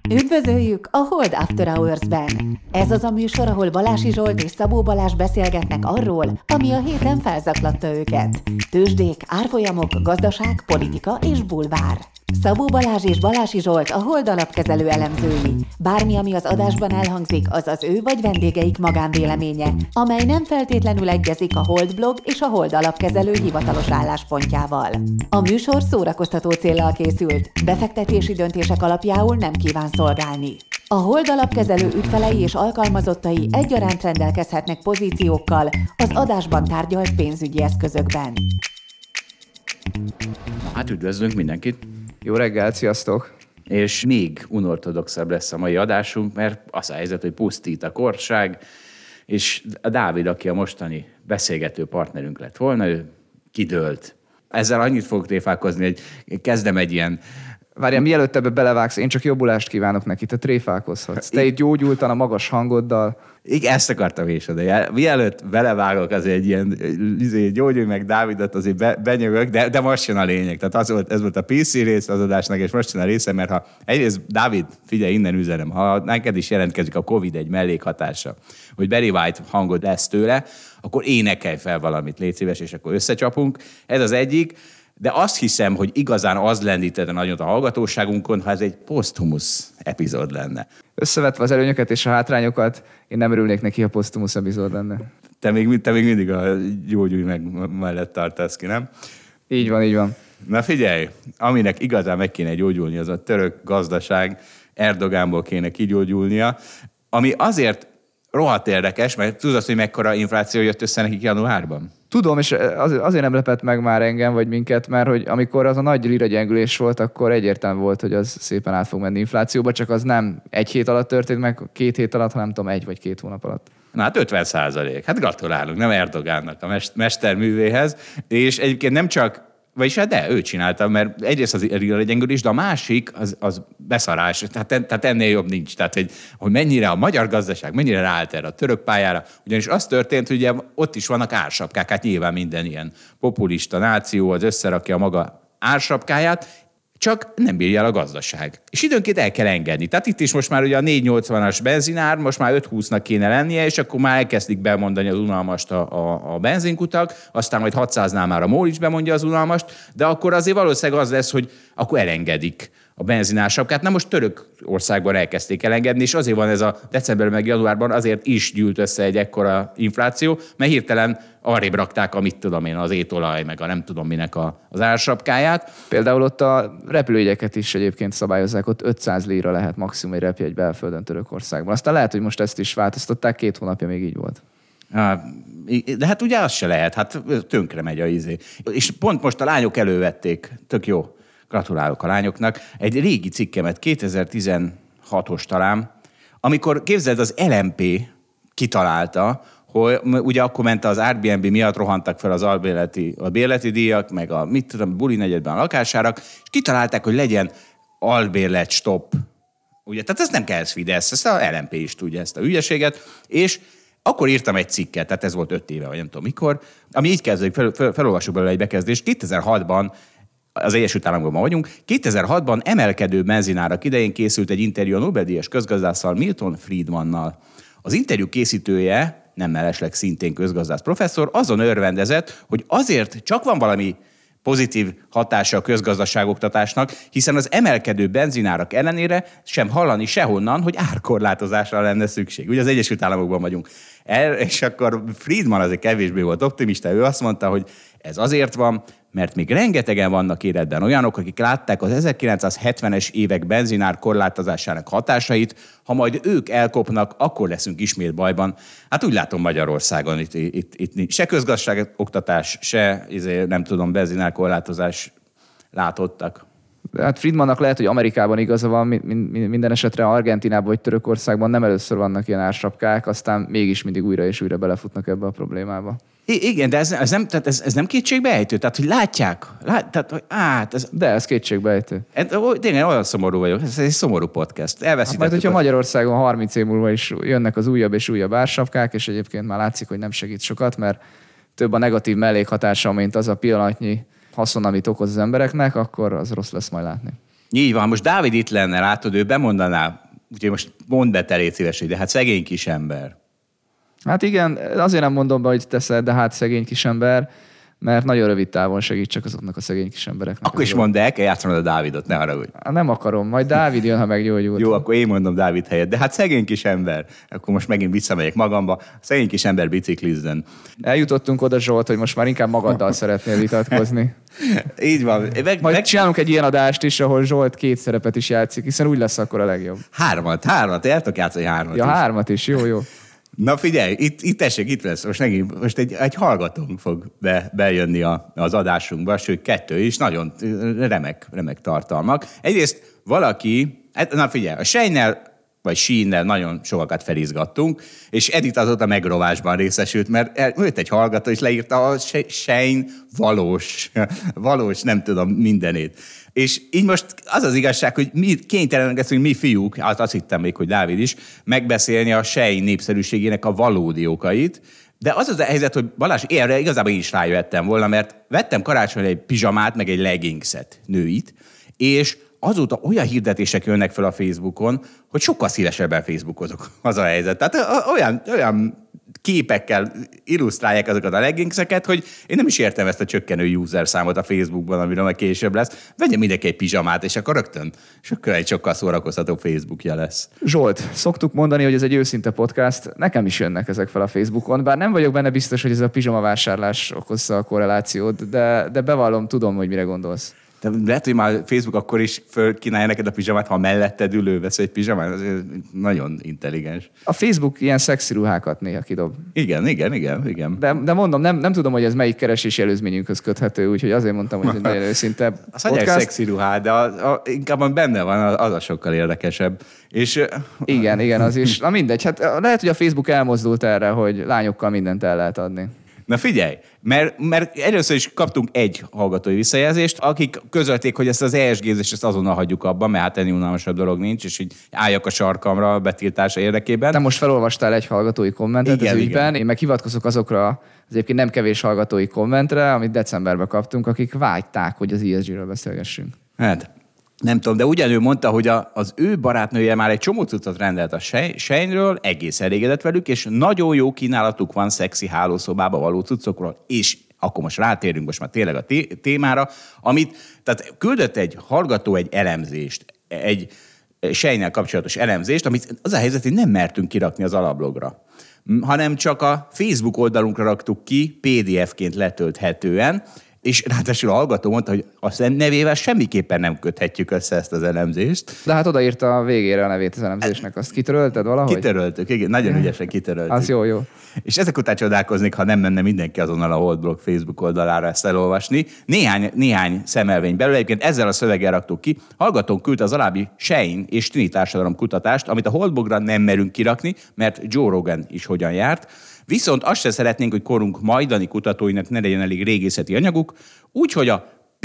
Üdvözöljük a Hold After Hours-ben! Ez az a műsor, ahol Balási Zsolt és Szabó Balázs beszélgetnek arról, ami a héten felzaklatta őket. Tőzsdék, árfolyamok, gazdaság, politika és bulvár. Szabó Balázs és Balási Zsolt a Hold alapkezelő elemzői. Bármi, ami az adásban elhangzik, az az ő vagy vendégeik magánvéleménye, amely nem feltétlenül egyezik a Hold blog és a Hold alapkezelő hivatalos álláspontjával. A műsor szórakoztató céllal készült, befektetési döntések alapjául nem kíván szolgálni. A Hold alapkezelő ügyfelei és alkalmazottai egyaránt rendelkezhetnek pozíciókkal az adásban tárgyalt pénzügyi eszközökben. Hát üdvözlünk mindenkit! Jó reggelt, sziasztok! És még unortodoxabb lesz a mai adásunk, mert az a helyzet, hogy pusztít a korság, és a Dávid, aki a mostani beszélgető partnerünk lett volna, ő kidőlt. Ezzel annyit fogok tréfálkozni, hogy kezdem egy ilyen... Várjál, mielőtt ebbe belevágsz, én csak jobbulást kívánok neki, te tréfálkozhatsz. Te itt gyógyultan a magas hangoddal. Igen, ezt akartam is, de mielőtt belevágok, azért egy ilyen gyógyulj meg Dávidot, azért benyögök, de most jön a lényeg. Tehát ez volt a PC rész az adásnak, és most jön a része, mert ha egyrészt, Dávid, figyelj, innen üzenem, ha neked is jelentkezik a Covid egy mellékhatása, hogy Barry White hangod lesz tőle, akkor énekelj fel valamit, légy szíves, és akkor összecsapunk. Ez az egyik. De azt hiszem, hogy igazán az lendítene nagyot a hallgatóságunkon, ha ez egy posztumusz epizód lenne. Összevetve az előnyöket és a hátrányokat, én nem örülnék neki, ha posztumusz epizód lenne. Te még mindig a gyógyulj meg mellett tartasz ki, nem? Így van, így van. Na figyelj, aminek igazán meg kéne gyógyulni, az a török gazdaság, Erdogánból kéne kigyógyulnia, ami azért rohadt érdekes, mert tudod, hogy mekkora infláció jött össze nekik januárban? Tudom, és azért nem lepett meg már engem vagy minket, mert hogy amikor az a nagy lira gyengülés volt, akkor egyértelmű volt, hogy az szépen át fog menni inflációba, csak az nem egy hét alatt történt meg, 2 hét alatt, hanem tudom, 1 vagy 2 hónap alatt. Na hát 50%. Hát gratulálunk, nem Erdogánnak, a mesterművéhez. És egyébként nem csak, vagyis hát de, ő csinálta, mert egyrészt az lira gyengülés, de a másik az beszarás. Tehát ennél jobb nincs. Tehát, hogy mennyire a magyar gazdaság, mennyire ráállt erre a török pályára. Ugyanis az történt, hogy ugye ott is vannak ársapkák, hát nyilván minden ilyen populista náció az összerakja a maga ársapkáját, csak nem bírja el a gazdaság. És időnként el kell engedni. Tehát itt is most már ugye a 4,80-as benzinár, most már 5,20-nak kéne lennie, és akkor már elkezdik bemondani az unalmast a benzinkutak, aztán majd 600-nál már a MOL is bemondja az unalmast, de akkor azért valószínűleg az lesz, hogy akkor elengedik a benzinársapkát. Na most Törökországban elkezdték elengedni, és azért van ez a decemberben meg januárban, azért is gyűlt össze egy ekkora infláció, mert hirtelen arrébb rakták a mit tudom én, az étolaj, meg a nem tudom minek az ársapkáját. Például ott a repülőjegyeket is egyébként szabályozzák, ott 500 lira lehet maximum egy repjegy belföldön Törökországban. Aztán lehet, hogy most ezt is változtatták, 2 hónapja még így volt. De hát ugye az se lehet, hát tönkre megy a izé. És pont most a lányok elővették, tök jó. Gratulálok a lányoknak. Egy régi cikkemet, 2016-os talán, amikor képzeld, az LMP kitalálta, hogy ugye akkor ment az Airbnb miatt rohantak fel az albérleti díjak, meg a buli negyedben a lakásárak, és kitalálták, hogy legyen albérlet stop. Ugye, tehát ez nem kell ez Fidesz, ezt a LMP is tudja, ezt a ügyességet, és akkor írtam egy cikket, tehát ez volt 5 éve, vagy nem tudom mikor, ami így kezdődik, felolvasok belőle egy bekezdést. 2006-ban az Egyesült Államokban vagyunk. 2006-ban emelkedő benzinárak idején készült egy interjú a Nobel-díjas közgazdásszal, Milton Friedmannal. Az interjú készítője, nem mellesleg szintén közgazdász professzor, azon örvendezett, hogy azért csak van valami pozitív hatása a közgazdaságoktatásnak, hiszen az emelkedő benzinárak ellenére sem hallani sehonnan, hogy árkorlátozásra lenne szükség. Ugye az Egyesült Államokban vagyunk. És akkor Friedman azért kevésbé volt optimista, ő azt mondta, hogy ez azért van, mert még rengetegen vannak életben olyanok, akik látták az 1970-es évek benzinár korlátozásának hatásait, ha majd ők elkopnak, akkor leszünk ismét bajban. Hát úgy látom Magyarországon, itt se közgazdaságoktatás, se nem tudom, benzinár korlátozás látottak. Hát Friedmannak lehet, hogy Amerikában igaza van, minden esetre Argentinában vagy Törökországban nem először vannak ilyen ársapkák, aztán mégis mindig újra és újra belefutnak ebbe a problémába. Igen, de ez nem kétségbeejtő? Tehát, hogy látják? De ez kétségbeejtő. Tényleg olyan szomorú vagyok. Ez egy szomorú podcast. Elveszítettük. Majd, hogyha Magyarországon 30 év múlva is jönnek az újabb és újabb ársapkák, és egyébként már látszik, hogy nem segít sokat, mert több a negatív mellékhatása, mint az a pillanatnyi haszon, amit okoz az embereknek, akkor az rossz lesz majd látni. Így van, most Dávid itt lenne, látod, ő bemondaná, úgyhogy most mondd be te légy szíves, de hát szegény kis ember. Hát igen, azért nem mondom be, hogy teszed, de hát szegény kisember, mert nagyon rövid távon segítsek azoknak a szegény kisembereknek. Akkor is mondd el kell játszanod a Dávidot, ne haragudj. Nem akarom, majd Dávid jön, ha meggyógyult. Jó, akkor én mondom Dávid helyett, de hát szegény kis ember. Akkor most megint visszamegyek magamba, szegény kis ember biciklizzen. Eljutottunk oda, Zsolt, hogy most már inkább magaddal szeretnél vitatkozni. Így van. Majd csinálunk egy ilyen adást is, ahol Zsolt 2 szerepet is játszik, hiszen úgy lesz akkor a legjobb. Hármat, el tudok játszani 3 Ja, is. 3 is, jó. Na figyelj, itt tessék, itt lesz. Most egy hallgatónk fog bejönni az adásunkba, sőt 2 is, nagyon remek tartalmak. Egyrészt valaki, na figyelj, a Sheinnel nagyon sokakat felizgattunk, és Edith azóta megrovásban részesült, mert jött egy hallgató, és leírta a Shein valós, nem tudom, mindenét. És így most az az igazság, hogy mi kénytelenek leszünk, mi fiúk, azt hittem még, hogy Dávid is, megbeszélni a Shein népszerűségének a valódi okait, de az a helyzet, hogy Balázs, erre igazából én is rájöttem volna, mert vettem karácsonyra egy pizsamát, meg egy leggingset, nőit, és azóta olyan hirdetések jönnek fel a Facebookon, hogy sokkal szívesebben Facebookozok, az a helyzet. Tehát olyan képekkel illusztrálják azokat a leggingseket, hogy én nem is értem ezt a csökkenő user számot a Facebookban, amiről meg később lesz. Vegye mindenki egy pizsamát, és akkor rögtön egy sokkal szórakoztatóbb Facebookja lesz. Zsolt, szoktuk mondani, hogy ez egy őszinte podcast, nekem is jönnek ezek fel a Facebookon, bár nem vagyok benne biztos, hogy ez a pizsama vásárlás okozza a korrelációt, de bevallom, tudom, hogy mire gondolsz. De lehet, hogy már Facebook akkor is fölkínálja neked a pizsamát, ha melletted ülő vesz egy pizsamát, ez nagyon intelligens. A Facebook ilyen szexi ruhákat néha kidob. Igen. De mondom, nem tudom, hogy ez melyik keresési előzményünkhöz köthető, úgyhogy azért mondtam, hogy ez egy nagyon őszinte podcast. Az szexi ruhá, de inkább benne van, az a sokkal érdekesebb. És... Igen, az is. Na mindegy, hát lehet, hogy a Facebook elmozdult erre, hogy lányokkal mindent el lehet adni. Na figyelj, mert először is kaptunk egy hallgatói visszajelzést, akik közölték, hogy ezt az ESG-zést ezt azonnal hagyjuk abban, mert hát ennél unalmasabb dolog nincs, és így álljak a sarkamra a betiltása érdekében. Te most felolvastál egy hallgatói kommentet igen, az ügyben, igen. Én meg hivatkozok azokra az egyébként nem kevés hallgatói kommentre, amit decemberben kaptunk, akik vágyták, hogy az ESG-ről beszélgessünk. Hát, nem tudom, de ugyanő mondta, hogy az ő barátnője már egy csomó cuccot rendelt a Sheinről, egész elégedett velük, és nagyon jó kínálatuk van szexi hálószobába való cuccokról, és akkor most rátérünk most már tényleg a témára, tehát küldött egy hallgató egy elemzést, egy Sheinnel kapcsolatos elemzést, amit az a helyzet, hogy nem mertünk kirakni az alablogra, hanem csak a Facebook oldalunkra raktuk ki PDF-ként letölthetően, és ráadásul a hallgató mondta, hogy a nevével semmiképpen nem köthetjük össze ezt az elemzést. De hát odaírta a végére a nevét az elemzésnek. Azt kitörölted valahogy? Kitöröltük, igen, nagyon ügyesen kitöröltük. Az jó. És ezek után csodálkoznék, ha nem menne mindenki azonnal a Holdblog Facebook oldalára ezt elolvasni. Néhány szemelvény belőle, egyébként ezzel a szöveggel raktuk ki. Hallgatónk küldte az alábbi Shein és Tini társadalom kutatást, amit a Holdblogra nem merünk kirakni, mert Joe Rogan is hogyan járt. Viszont azt se szeretnénk, hogy korunk majdani kutatóinak ne legyen elég régészeti anyaguk, úgyhogy a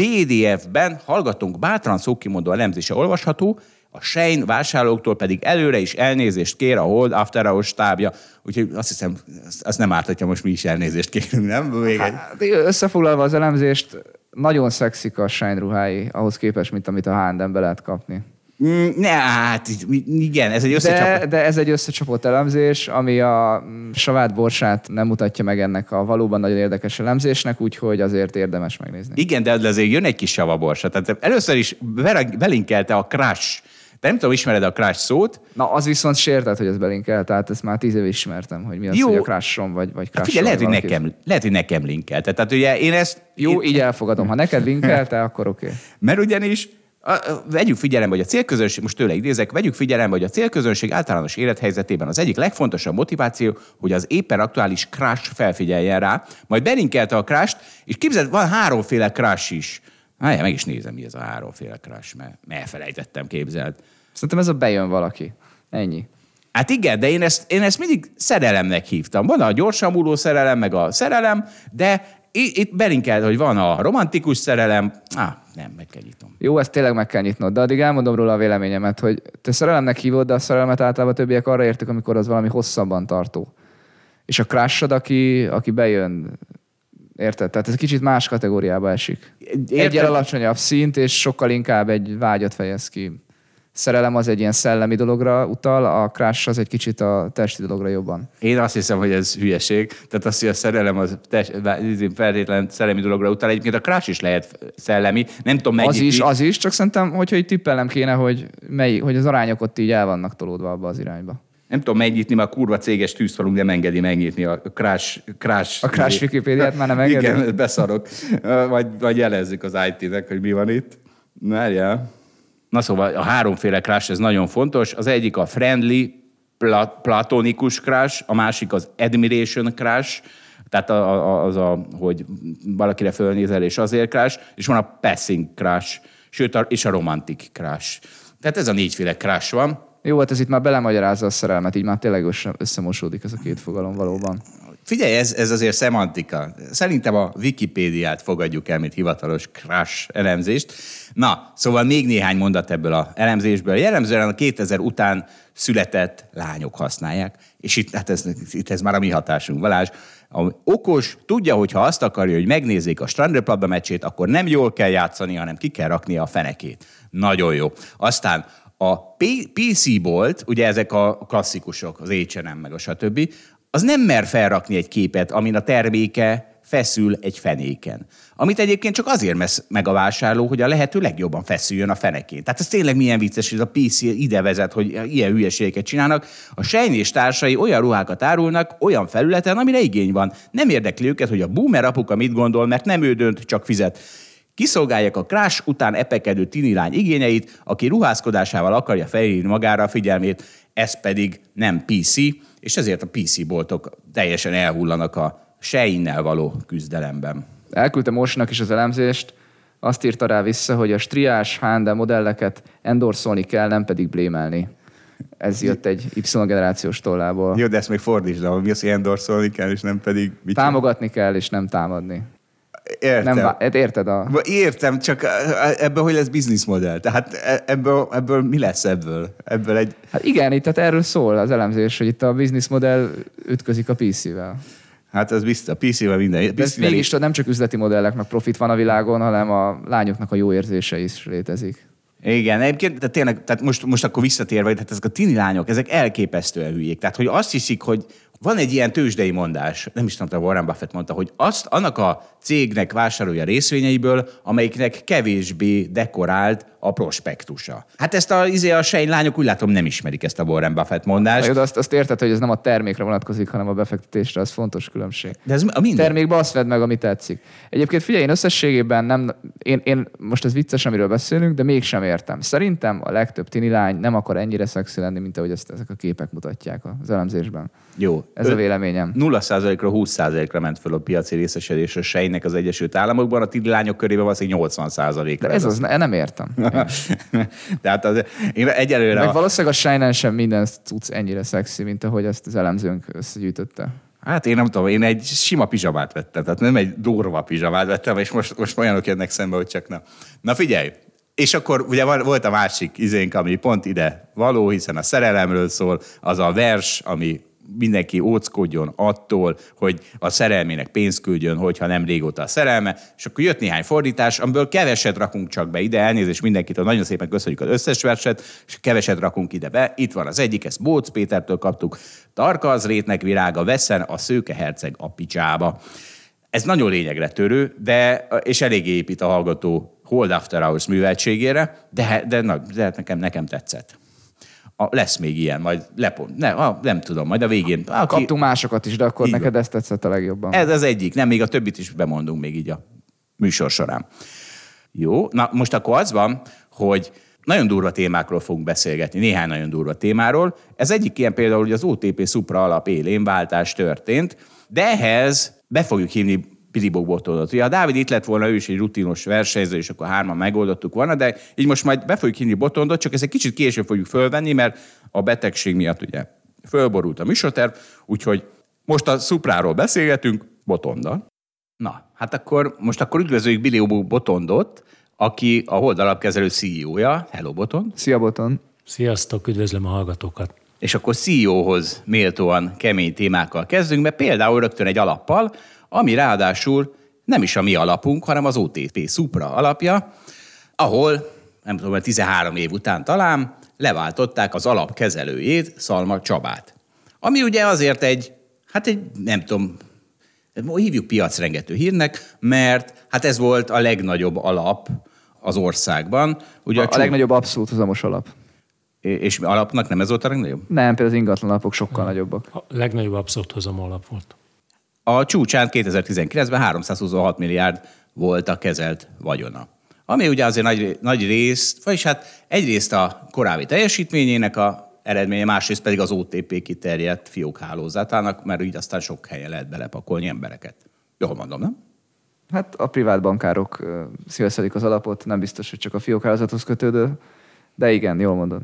PDF-ben hallgatónk bátran szókimondó elemzése olvasható, a Shein vásárlóktól pedig előre is elnézést kér a Hold After Hours stábja. Úgyhogy azt hiszem, azt nem árt, hogyha most mi is elnézést kérünk, nem? Összefoglalva az elemzést, nagyon szexik a Shein ruhái, ahhoz képest, mint amit a H&M-be lehet kapni. Hát igen, ez egy összecsapott. De ez egy összecsapott elemzés, ami a savát borsát nem mutatja meg ennek a valóban nagyon érdekes elemzésnek, úgyhogy azért érdemes megnézni. Igen, de azért jön egy kis savaborsa. Tehát először is belinkelte a Crash. De nem tudom, ismered a Crash szót? Na, az viszont sértett, hogy ez belinkel, tehát ezt már 10 éve ismertem, hogy mi az, hogy a Crash-on vagy Crash-on. Figyelj, lehet, hogy nekem linkelte. Tehát ugye én ezt... Így elfogadom. Ha neked linkelte, akkor oké. Mert ugyanis vegyük figyelembe, hogy a célközönség, most tőle idézek, vegyük figyelembe, hogy a célközönség általános élethelyzetében az egyik legfontosabb motiváció, hogy az éppen aktuális crush felfigyeljen rá, majd belinkelte a crusht, és képzeld, van 3 crush is. Meg is nézem, mi ez a 3 crush, mert elfelejtettem, képzeld. Szerintem ez a bejön valaki. Ennyi. Hát igen, de én ezt mindig szerelemnek hívtam. Van a gyorsan múló szerelem, meg a szerelem, de itt belinkelt, hogy van a romantikus szerelem. Nem, meg kell nyitnom. Jó, ezt tényleg meg kell nyitnod, de addig elmondom róla a véleményemet, hogy te szerelemnek hívod, de a szerelmet általában többiek arra értük, amikor az valami hosszabban tartó. És a crushod, aki bejön Érted? Tehát ez kicsit más kategóriába esik. Egyel alacsonyabb szint, és sokkal inkább egy vágyat fejez ki. Szerelem az egy ilyen szellemi dologra utal, a crush az egy kicsit a testi dologra jobban. Én azt hiszem, hogy ez hülyeség. Tehát az, hogy a szerelem az feltétlen szellemi dologra utal. Egyébként a crush is lehet szellemi. Nem tudom mennyit. Az is, csak szerintem, hogyha így tippelnem kéne, hogy az arányok ott így el vannak tolódva abba az irányba. Nem tudom megnyitni, mert a kurva céges tűzfalunk nem engedi megnyitni a crash. A crash Wikipédiát már nem engedi? Igen, beszarok. Vagy jelezzük az IT-nek, hogy mi van itt. Várjál. Na szóval a háromféle crush, ez nagyon fontos. Az egyik a friendly, platonikus crush, a másik az admiration crush, tehát hogy valakire fölnézel és azért crush, és van a passing crush, és a romantic crush. Tehát ez a négyféle crush van. Jó, hát ez itt már belemagyarázza a szerelmet, így már tényleg összemosódik ez a két fogalom valóban. Figyelj, ez azért szemantika. Szerintem a Wikipédiát fogadjuk el, mint hivatalos crush elemzést. Na, szóval még néhány mondat ebből az elemzésből. Jellemzően a 2000 után született lányok használják, és itt ez már a mi hatásunk. Balázs, okos, tudja, hogy ha azt akarja, hogy megnézzék a strandröplabda meccsét, akkor nem jól kell játszani, hanem ki kell raknia a fenekét. Nagyon jó. Aztán a PC Bolt, ugye ezek a klasszikusok, az H&M meg a stb., az nem mer felrakni egy képet, amin a terméke feszül egy fenéken. Amit egyébként csak azért mesz meg a vásárló, hogy a lehető legjobban feszüljön a fenekén. Tehát ez tényleg milyen vicces, hogy a PC ide vezet, hogy ilyen hülyeségeket csinálnak. A Shein és társai olyan ruhákat árulnak olyan felületen, amire igény van. Nem érdekli őket, hogy a boomer apuka mit gondol, mert nem ő dönt, csak fizet. Kiszolgálják a crush után epekedő tinilány igényeit, aki ruházkodásával akarja felhívni magára a figyelmét, ez pedig nem PC, és ezért a PC boltok teljesen elhullanak a Sheinnel való küzdelemben. Elküldtem Orsnak is az elemzést, azt írta rá vissza, hogy a striás H&M modelleket endorszolni kell, nem pedig blémelni. Ez jött egy Y-generációs tollából. Jó, de ezt még fordítsd, de mi az, hogy endorszolni kell, és nem pedig... Támogatni kell, és nem támadni. Értem. Érted Értem, csak ebből hogy lesz bizniszmodell? Tehát ebből mi lesz ebből? Hát igen, itt tehát erről szól az elemzés, hogy itt a bizniszmodell ütközik a PC-vel. Hát az biztos, a PC-vel minden. Mégis nem csak üzleti modelleknek profit van a világon, hanem a lányoknak a jó érzése is létezik. Igen, egyébként, tehát most akkor visszatérve, tehát ezek a tini lányok, ezek elképesztően hülyék. Tehát, hogy azt hiszik, hogy van egy ilyen tőzsdei mondás, nem is tudom, Warren Buffett mondta, hogy annak a cégnek vásárolja részvényeiből, amelyiknek kevésbé dekorált a prospektusa. Hát ezt a Shein lányok úgy látom nem ismerik ezt a Warren Buffett mondást. De azt érted, hogy ez nem a termékre vonatkozik, hanem a befektetésre, az fontos különbség. De ez a minden. Termékben azt vedd meg, ami tetszik. Egyébként figyelj, én összességében én most ez vicces, amiről beszélünk, de mégsem értem. Szerintem a legtöbb tini lány nem akar ennyire szexi lenni, mint ahogy ezek a képek mutatják az elemzésben. Jó. Ez a véleményem. 0%-ra 20%-ra ment föl a piaci részesedés a Sheinnek az Egyesült Államokban, a tini lányok körében valószínűleg 80%-ra. De ez az, nem értem. Tehát én egyelőre... Meg valószínűleg a Sheinen sem minden cucc ennyire szexi, mint ahogy ezt az elemzőnk összegyűjtötte. Hát én nem tudom, én egy sima pizsamát vettem, tehát nem egy durva pizsamát vettem, és most olyanok jönnek szembe, hogy csak na. Na figyelj! És akkor ugye volt a másik izénk, ami pont ide való, hiszen a szerelemről szól, az a vers, ami mindenki óckodjon attól, hogy a szerelmének pénzt küldjön, hogyha nem régóta a szerelme, és akkor jött néhány fordítás, amiből keveset rakunk csak be ide, elnézést mindenkitől, nagyon szépen köszönjük az összes verset, és keveset rakunk ide be. Itt van az egyik, ezt Bóc Pétertől kaptuk. Tarka az rétnek virága, veszen a szőke herceg a picsába. Ez nagyon lényegre törő, és eléggé épít a hallgató Hold After Hours műveltségére, de nekem tetszett. Lesz még ilyen, majd nem tudom, majd a végén. Kaptunk másokat is, de akkor neked ezt tetszett a legjobban. Ez az egyik, nem, még a többit is bemondunk még így a műsor során. Jó, na most akkor az van, hogy nagyon durva témákról fogunk beszélgetni, néhány nagyon durva témáról. Ez egyik ilyen például, hogy az OTP Supra alap élén váltás történt, de ehhez be fogjuk hívni Pilibog Botondot. Ugye, ha Dávid itt lett volna, ő is egy rutinos versenyző, és akkor hárman megoldottuk volna, de így most majd be fogjuk hívni Botondot, csak ezt egy kicsit később fogjuk fölvenni, mert a betegség miatt ugye fölborult a műsorterv, úgyhogy most a Supráról beszélgetünk Botondal. Na, hát akkor üdvözöljük Pilibog Botondot, aki a Hold alapkezelő CEO-ja. Hello, Botond! Szia, Botond! Sziasztok, üdvözlöm a hallgatókat! És akkor CEO-hoz méltóan kemény témákkal kezdünk, mert például rögtön egy alappal, ami ráadásul nem is a mi alapunk, hanem az OTP Supra alapja, ahol, nem tudom, 13 év után talán leváltották az alapkezelőjét, Szalma Csabát. Ami ugye azért egy nem tudom, hívjuk piacrengető hírnek, mert hát ez volt a legnagyobb alap az országban. Ugye a legnagyobb abszolút hozamos alap. És alapnak nem ez volt a legnagyobb? Nem, például az ingatlan alapok sokkal nagyobbak. A legnagyobb abszolút hozamú alap volt. A csúcsán 2019-ben 326 milliárd volt a kezelt vagyona. Ami ugye azért nagy részt, vagyis hát egyrészt a korábbi teljesítményének a eredménye, másrészt pedig az OTP kiterjedt fiókhálózatának, mert úgy aztán sok helyen lehet belepakolni embereket. Jól mondom, nem? Hát a privát bankárok szíveszedik az alapot, nem biztos, hogy csak a fiókhálózathoz kötődő, de igen, jól mondod.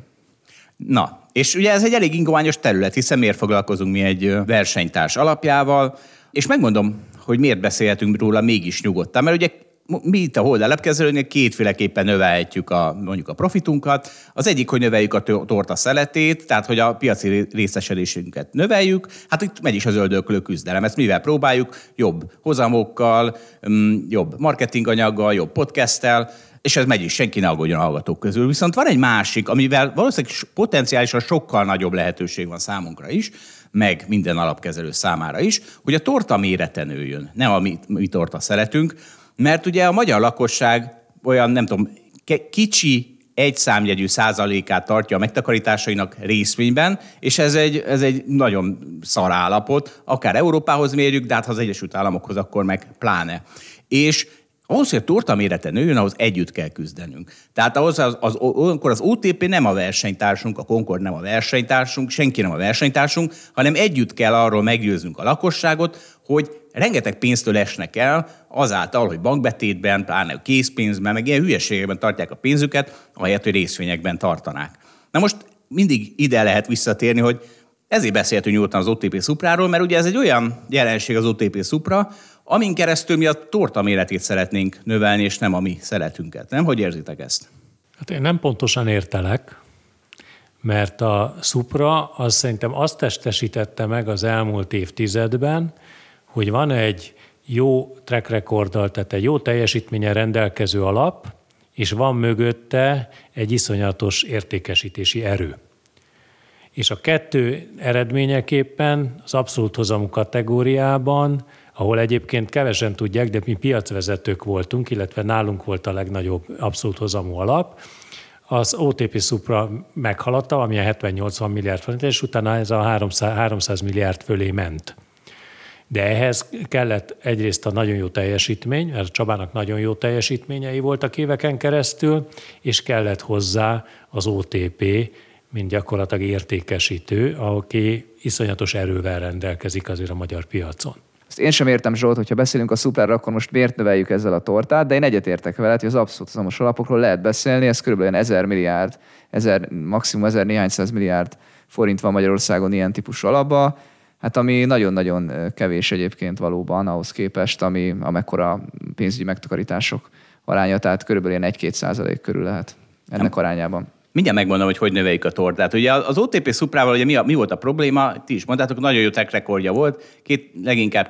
Na, és ugye ez egy elég ingoványos terület, hiszen miért foglalkozunk mi egy versenytárs alapjával, és megmondom, hogy miért beszélhetünk róla mégis nyugodtan, mert ugye mi itt a Hold alapkezelőnél kétféleképpen növelhetjük mondjuk a profitunkat. Az egyik, hogy növeljük a torta szeletét, tehát hogy a piaci részesedésünket növeljük. Hát itt megy is az öldöklő küzdelem. Ezt mivel próbáljuk? Jobb hozamokkal, jobb marketinganyaggal, jobb podcasttel, és ez megy is, senki ne aggódjon a hallgatók közül. Viszont van egy másik, amivel valószínűleg potenciálisan sokkal nagyobb lehetőség van számunkra is, meg minden alapkezelő számára is, hogy a torta mérete nőjön, nem a mi torta szeretünk, mert ugye a magyar lakosság olyan, nem tudom, kicsi egyszámjegyű százalékát tartja a megtakarításainak részvényben, és ez egy nagyon szar állapot, akár Európához mérjük, de hát ha az Egyesült Államokhoz, akkor meg pláne. És ahhoz, hogy a torta mérete nőjön, ahhoz együtt kell küzdenünk. Tehát akkor az OTP nem a versenytársunk, a Concord nem a versenytársunk, senki nem a versenytársunk, hanem együtt kell arról meggyőznünk a lakosságot, hogy rengeteg pénztől esnek el azáltal, hogy bankbetétben, pláne készpénzben, meg ilyen hülyeségekben tartják a pénzüket, ahelyett, hogy részvényekben tartanák. Na most mindig ide lehet visszatérni, hogy ezért beszéltünk nyugodtan az OTP Supráról, mert ugye ez egy olyan jelenség az OTP Supra, amin keresztül mi a torta méretét szeretnénk növelni, és nem a mi szeretünket. Nem? Hogy érzitek ezt? Hát én nem pontosan értelek, mert a Supra az szerintem azt testesítette meg az elmúlt évtizedben, hogy van egy jó track recorddal, tehát egy jó teljesítményen rendelkező alap, és van mögötte egy iszonyatos értékesítési erő. És a kettő eredményeképpen az abszolút hozamú kategóriában, ahol egyébként kevesen tudják, de mi piacvezetők voltunk, illetve nálunk volt a legnagyobb abszolút hozamú alap, az OTP Supra meghaladta, ami a 70-80 milliárd forint, és utána ez a 300 milliárd fölé ment. De ehhez kellett egyrészt a nagyon jó teljesítmény, mert a Csabának nagyon jó teljesítményei voltak éveken keresztül, és kellett hozzá az OTP, mint gyakorlatilag értékesítő, aki iszonyatos erővel rendelkezik azért a magyar piacon. Ezt én sem értem, Zsolt, hogyha beszélünk a Supráról, akkor most miért növeljük ezzel a tortát, de én egyetértek veled, hogy az abszolút hozamos alapokról lehet beszélni, ez körülbelül 1000 milliárd, maximum 1000 néhány száz milliárd forint van Magyarországon ilyen típusú alapba, hát ami nagyon-nagyon kevés egyébként valóban ahhoz képest, amekkora pénzügyi megtakarítások aránya, tehát körülbelül 1-2% körül lehet ennek arányában. Mindjárt megmondom, hogy növeljük a tortát. Ugye az OTP Suprával ugye mi volt a probléma? Ti is mondtátok, nagyon jó track recordja volt. Leginkább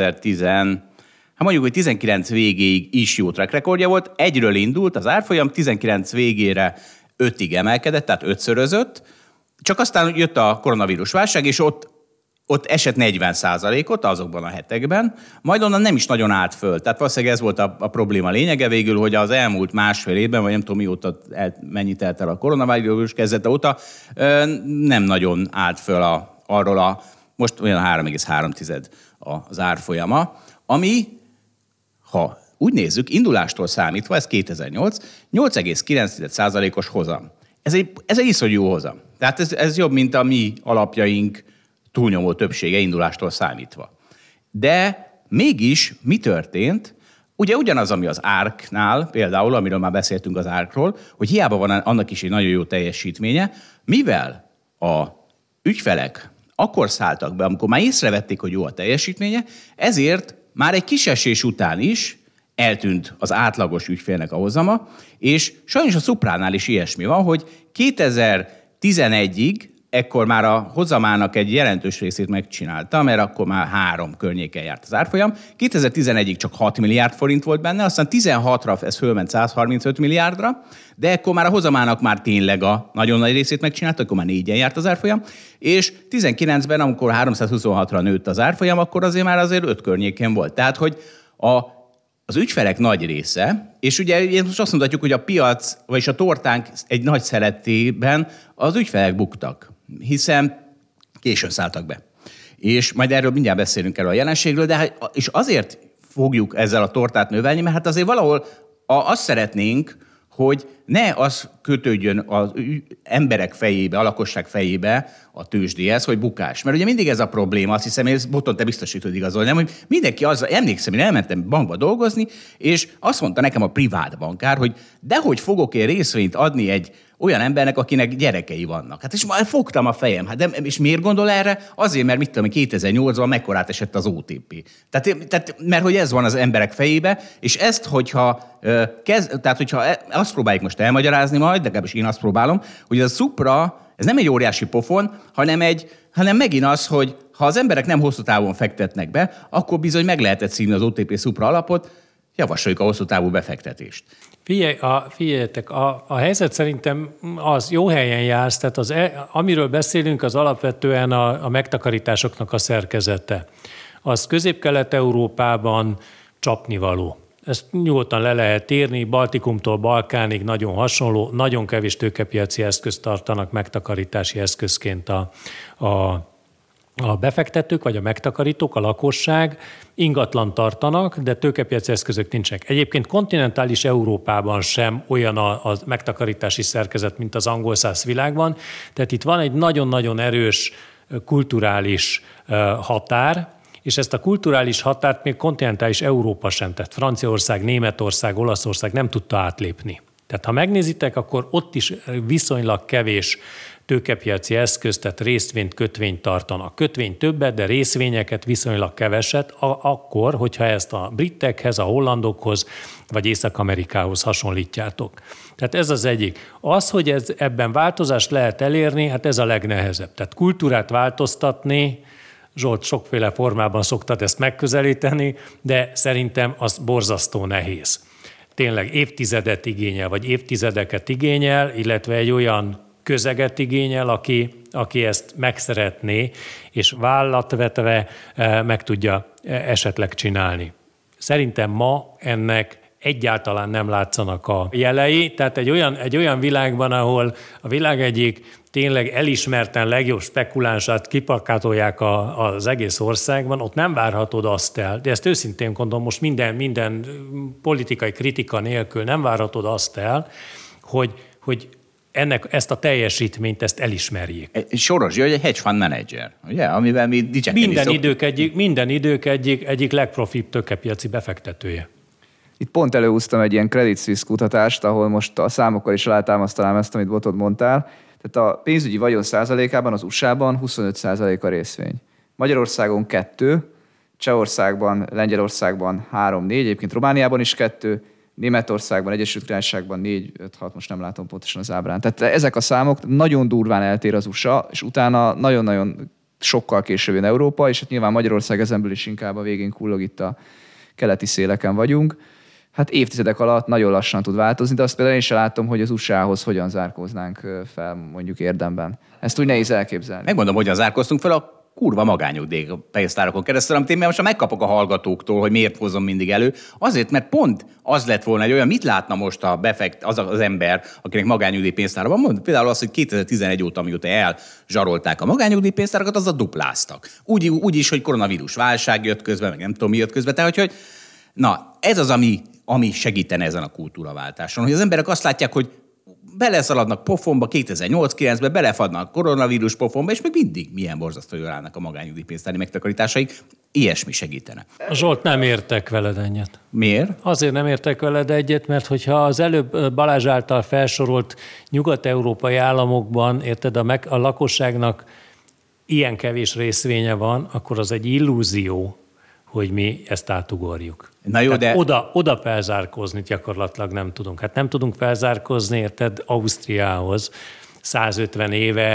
19 végéig is jó track recordja volt. Egyről indult az árfolyam, 19 végére 5-ig emelkedett, tehát 5-szörözött. Csak aztán jött a koronavírus válság, és ott esett 40%-ot azokban a hetekben, majd onnan nem is nagyon állt föl. Tehát valószínűleg ez volt a probléma lényege végül, hogy az elmúlt másfél évben, vagy nem tudom mióta mennyit telt el a koronavírus kezdete óta, nem nagyon állt föl arról most olyan 3,3 az árfolyama, ami, ha úgy nézzük, indulástól számítva, ez 2008, 8,9%-os hozam. Ez egy iszonyú jó hozam. Tehát ez jobb, mint a mi alapjaink túlnyomó többsége indulástól számítva. De mégis mi történt? Ugye ugyanaz, ami az ARK-nál, például, amiről már beszéltünk az ARK-ról, hogy hiába van annak is egy nagyon jó teljesítménye, mivel a ügyfelek akkor szálltak be, amikor már észrevették, hogy jó a teljesítménye, ezért már egy kis esés után is eltűnt az átlagos ügyfélnek a hozama, és sajnos a Supránál is ilyesmi van, hogy 2011-ig ekkor már a hozamának egy jelentős részét megcsinálta, mert akkor már 3 környéken járt az árfolyam. 2011-ig csak 6 milliárd forint volt benne, aztán 16-ra ez fölment 135 milliárdra, de ekkor már a hozamának már tényleg a nagyon nagy részét megcsinálta, akkor már 4-en járt az árfolyam, és 19-ben, amikor 326-ra nőtt az árfolyam, akkor azért 5 környéken volt. Tehát, hogy az ügyfelek nagy része, és ugye most azt mondhatjuk, hogy a piac, vagyis a tortánk egy nagy szeretében az ügyfelek buktak, hiszen későn szálltak be. És majd erről mindjárt beszélünk el a jelenségről, és azért fogjuk ezzel a tortát növelni, mert hát azért valahol azt szeretnénk, hogy ne az kötődjön az emberek fejébe, a lakosság fejébe a tőzsdéhez, hogy bukás. Mert ugye mindig ez a probléma, azt hiszem, hogy Botton, te biztos, hogy tud igazolni, nem, hogy mindenki emlékszem, én elmentem bankba dolgozni, és azt mondta nekem a privát bankár, hogy dehogy fogok én részvényt adni egy olyan embernek, akinek gyerekei vannak. Hát és már fogtam a fejem. És miért gondol erre? Azért, mert mit tudom, 2008-ban mekkorát esett az OTP. Tehát, mert hogy ez van az emberek fejébe, és ezt, hogyha azt próbáljuk most elmagyarázni majd, de legalábbis én azt próbálom, hogy a Supra, ez nem egy óriási pofon, hanem megint az, hogy ha az emberek nem hosszú távon fektetnek be, akkor bizony meg lehetett szívni az OTP Supra alapot, javasoljuk a hosszú távú befektetést. Figyeljetek, a helyzet szerintem az jó helyen jársz, tehát amiről beszélünk, az alapvetően a megtakarításoknak a szerkezete. Az Közép-Kelet-Európában csapnivaló. Ezt nyugodtan le lehet írni, Baltikumtól Balkánig nagyon hasonló, nagyon kevés tőkepiaci eszközt tartanak megtakarítási eszközként a befektetők vagy a megtakarítók, a lakosság ingatlan tartanak, de tőkepiaci eszközök nincsenek. Egyébként kontinentális Európában sem olyan a megtakarítási szerkezet, mint az angolszász világban, tehát itt van egy nagyon-nagyon erős kulturális határ, és ezt a kulturális határt még kontinentális Európa sem, tehát Franciaország, Németország, Olaszország nem tudta átlépni. Tehát ha megnézitek, akkor ott is viszonylag kevés tőkepiaci eszköz, tehát részvényt, kötvényt tartanak. Kötvény többet, de részvényeket viszonylag keveset, akkor, hogyha ezt a britekhez, a hollandokhoz, vagy Észak-Amerikához hasonlítjátok. Tehát ez az egyik. Az, hogy ebben változást lehet elérni, hát ez a legnehezebb. Tehát kultúrát változtatni, Zsolt, sokféle formában szoktad ezt megközelíteni, de szerintem az borzasztó nehéz. Tényleg évtizedet igényel, vagy évtizedeket igényel, illetve egy olyan közeget igényel, aki ezt megszeretné, és vállat vetve meg tudja esetleg csinálni. Szerintem ma ennek egyáltalán nem látszanak a jelei, tehát egy olyan világban, ahol a világ egyik tényleg elismerten legjobb spekulánsát kipakátolják az egész országban, ott nem várhatod azt el, de ezt őszintén gondolom, most minden politikai kritika nélkül nem várhatod azt el, hogy ezt a teljesítményt, ezt elismerjék. Soros György egy hedge fund manager, ugye? Amivel mi dicsekedni minden idők egyik legprofibb tőkepiaci befektetője. Itt pont előhúztam egy ilyen Credit Suisse kutatást, ahol most a számokkal is alátámasztanám ezt, amit Botod mondtál. Tehát a pénzügyi vagyon százalékában az USA-ban 25% a részvény. Magyarországon 2, Csehországban, Lengyelországban 3-4, egyébként Romániában is 2, Németországban, Egyesült Királyságban 4-5-6, most nem látom pontosan az ábrán. Tehát ezek a számok nagyon durván eltér az USA, és utána nagyon-nagyon sokkal később jön Európa, és hát nyilván Magyarország ezenből is inkább a végén kullog, itt a keleti széleken vagyunk. Hát évtizedek alatt nagyon lassan tud változni, de azt például én sem látom, hogy az USA-hoz hogyan zárkóznánk fel mondjuk érdemben. Ezt úgy nehéz elképzelni. Megmondom, hogyan zárkóztunk fel a kurva magányugdíj pénztárakon keresztül, amit én most megkapok a hallgatóktól, hogy miért hozom mindig elő. Azért, mert pont az lett volna egy olyan, mit látna most az ember, akinek magányugdíj pénztára van. Mondjuk például az, hogy 2011 óta, amióta elzsarolták a magányugdíj pénztárakat, azzal dupláztak. Úgy is, hogy koronavírus válság jött közben, meg nem tudom, mi jött közben. Tehát, hogy na, ez az, ami segítene ezen a kultúraváltáson, hogy az emberek azt látják, hogy beleszaladnak pofonba 2008-9-ben, belefadnak koronavírus pofonba, és még mindig milyen borzasztó jól állnak a magányugdíjpénztári megtakarításaik. Ilyesmi segítene. Zsolt, nem értek veled egyet. Miért? Azért nem értek veled egyet, mert hogyha az előbb Balázs által felsorolt nyugat-európai államokban, érted, a lakosságnak ilyen kevés részvénye van, akkor az egy illúzió, hogy mi ezt átugorjuk. Na jó, de... Oda felzárkózni gyakorlatilag nem tudunk. Hát nem tudunk felzárkózni, érted, Ausztriához 150 éve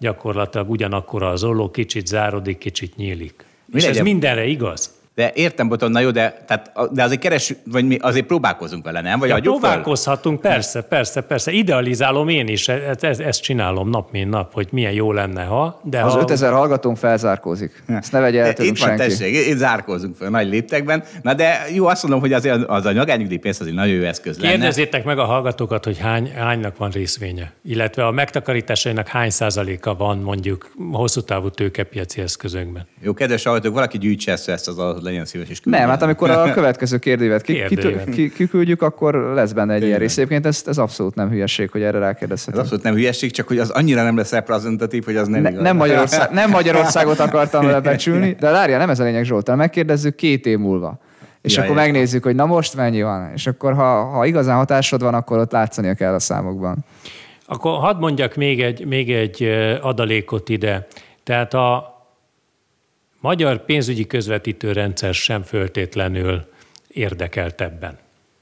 gyakorlatilag ugyanakkor az olló, kicsit zárodik, kicsit nyílik. És legyen? ez mindenre igaz. De értem, Boton, na jó, de azért keresünk, vagy mi azért próbálkozunk vele, nem? Vagy Ja, próbálkozhatunk, persze. Idealizálom én is, ezt csinálom nap, mint nap, hogy milyen jó lenne, ha... De az 5000 hallgatónk felzárkózik. Ezt ne vegye el tőlünk senki. Itt van, tessék, itt zárkózunk fel nagy léptekben. Na de jó, azt mondom, hogy azért az a nyugdíjpénz az egy nagyon jó eszköz lenne. Kérdezzétek meg a hallgatókat, hogy hánynak van részvénye, illetve a megtakarításainak hány százaléka van mondjuk hosszú távú tőkepiaci eszközökben. Jó, kedves hallgatók, valaki gyűjtse ezt az adatot, legyen szíves és nem, hát amikor a következő kérdőívet kiküldjük, akkor lesz benne egy ilyen rész. Egyébként ez abszolút nem hülyeség, hogy erre rákérdezhetünk. Ez abszolút nem hülyeség, csak hogy az annyira nem lesz reprezentatív, hogy az nem igaz. Nem Magyarországot akartam vele becsülni, de várjál, nem ez a lényeg, Zsoltán, megkérdezzük 2 év múlva. És akkor megnézzük, hogy na most mennyi van. És akkor, ha igazán hatásod van, akkor ott látszania kell a számokban. Akkor hadd mondjak még egy adalékot ide. Tehát a magyar pénzügyi közvetítő rendszer sem föltétlenül érdekelt ebben.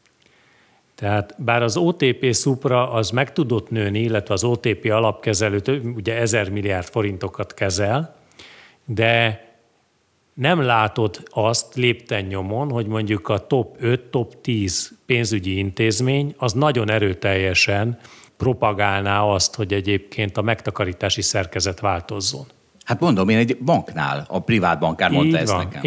Tehát bár az OTP Supra az meg tudott nőni, illetve az OTP alapkezelő ugye 1000 milliárd forintokat kezel, de nem látod azt lépten nyomon, hogy mondjuk a top 5, top 10 pénzügyi intézmény az nagyon erőteljesen propagálná azt, hogy egyébként a megtakarítási szerkezet változzon. Hát mondom, én egy banknál, a privát bankár mondta ezt nekem.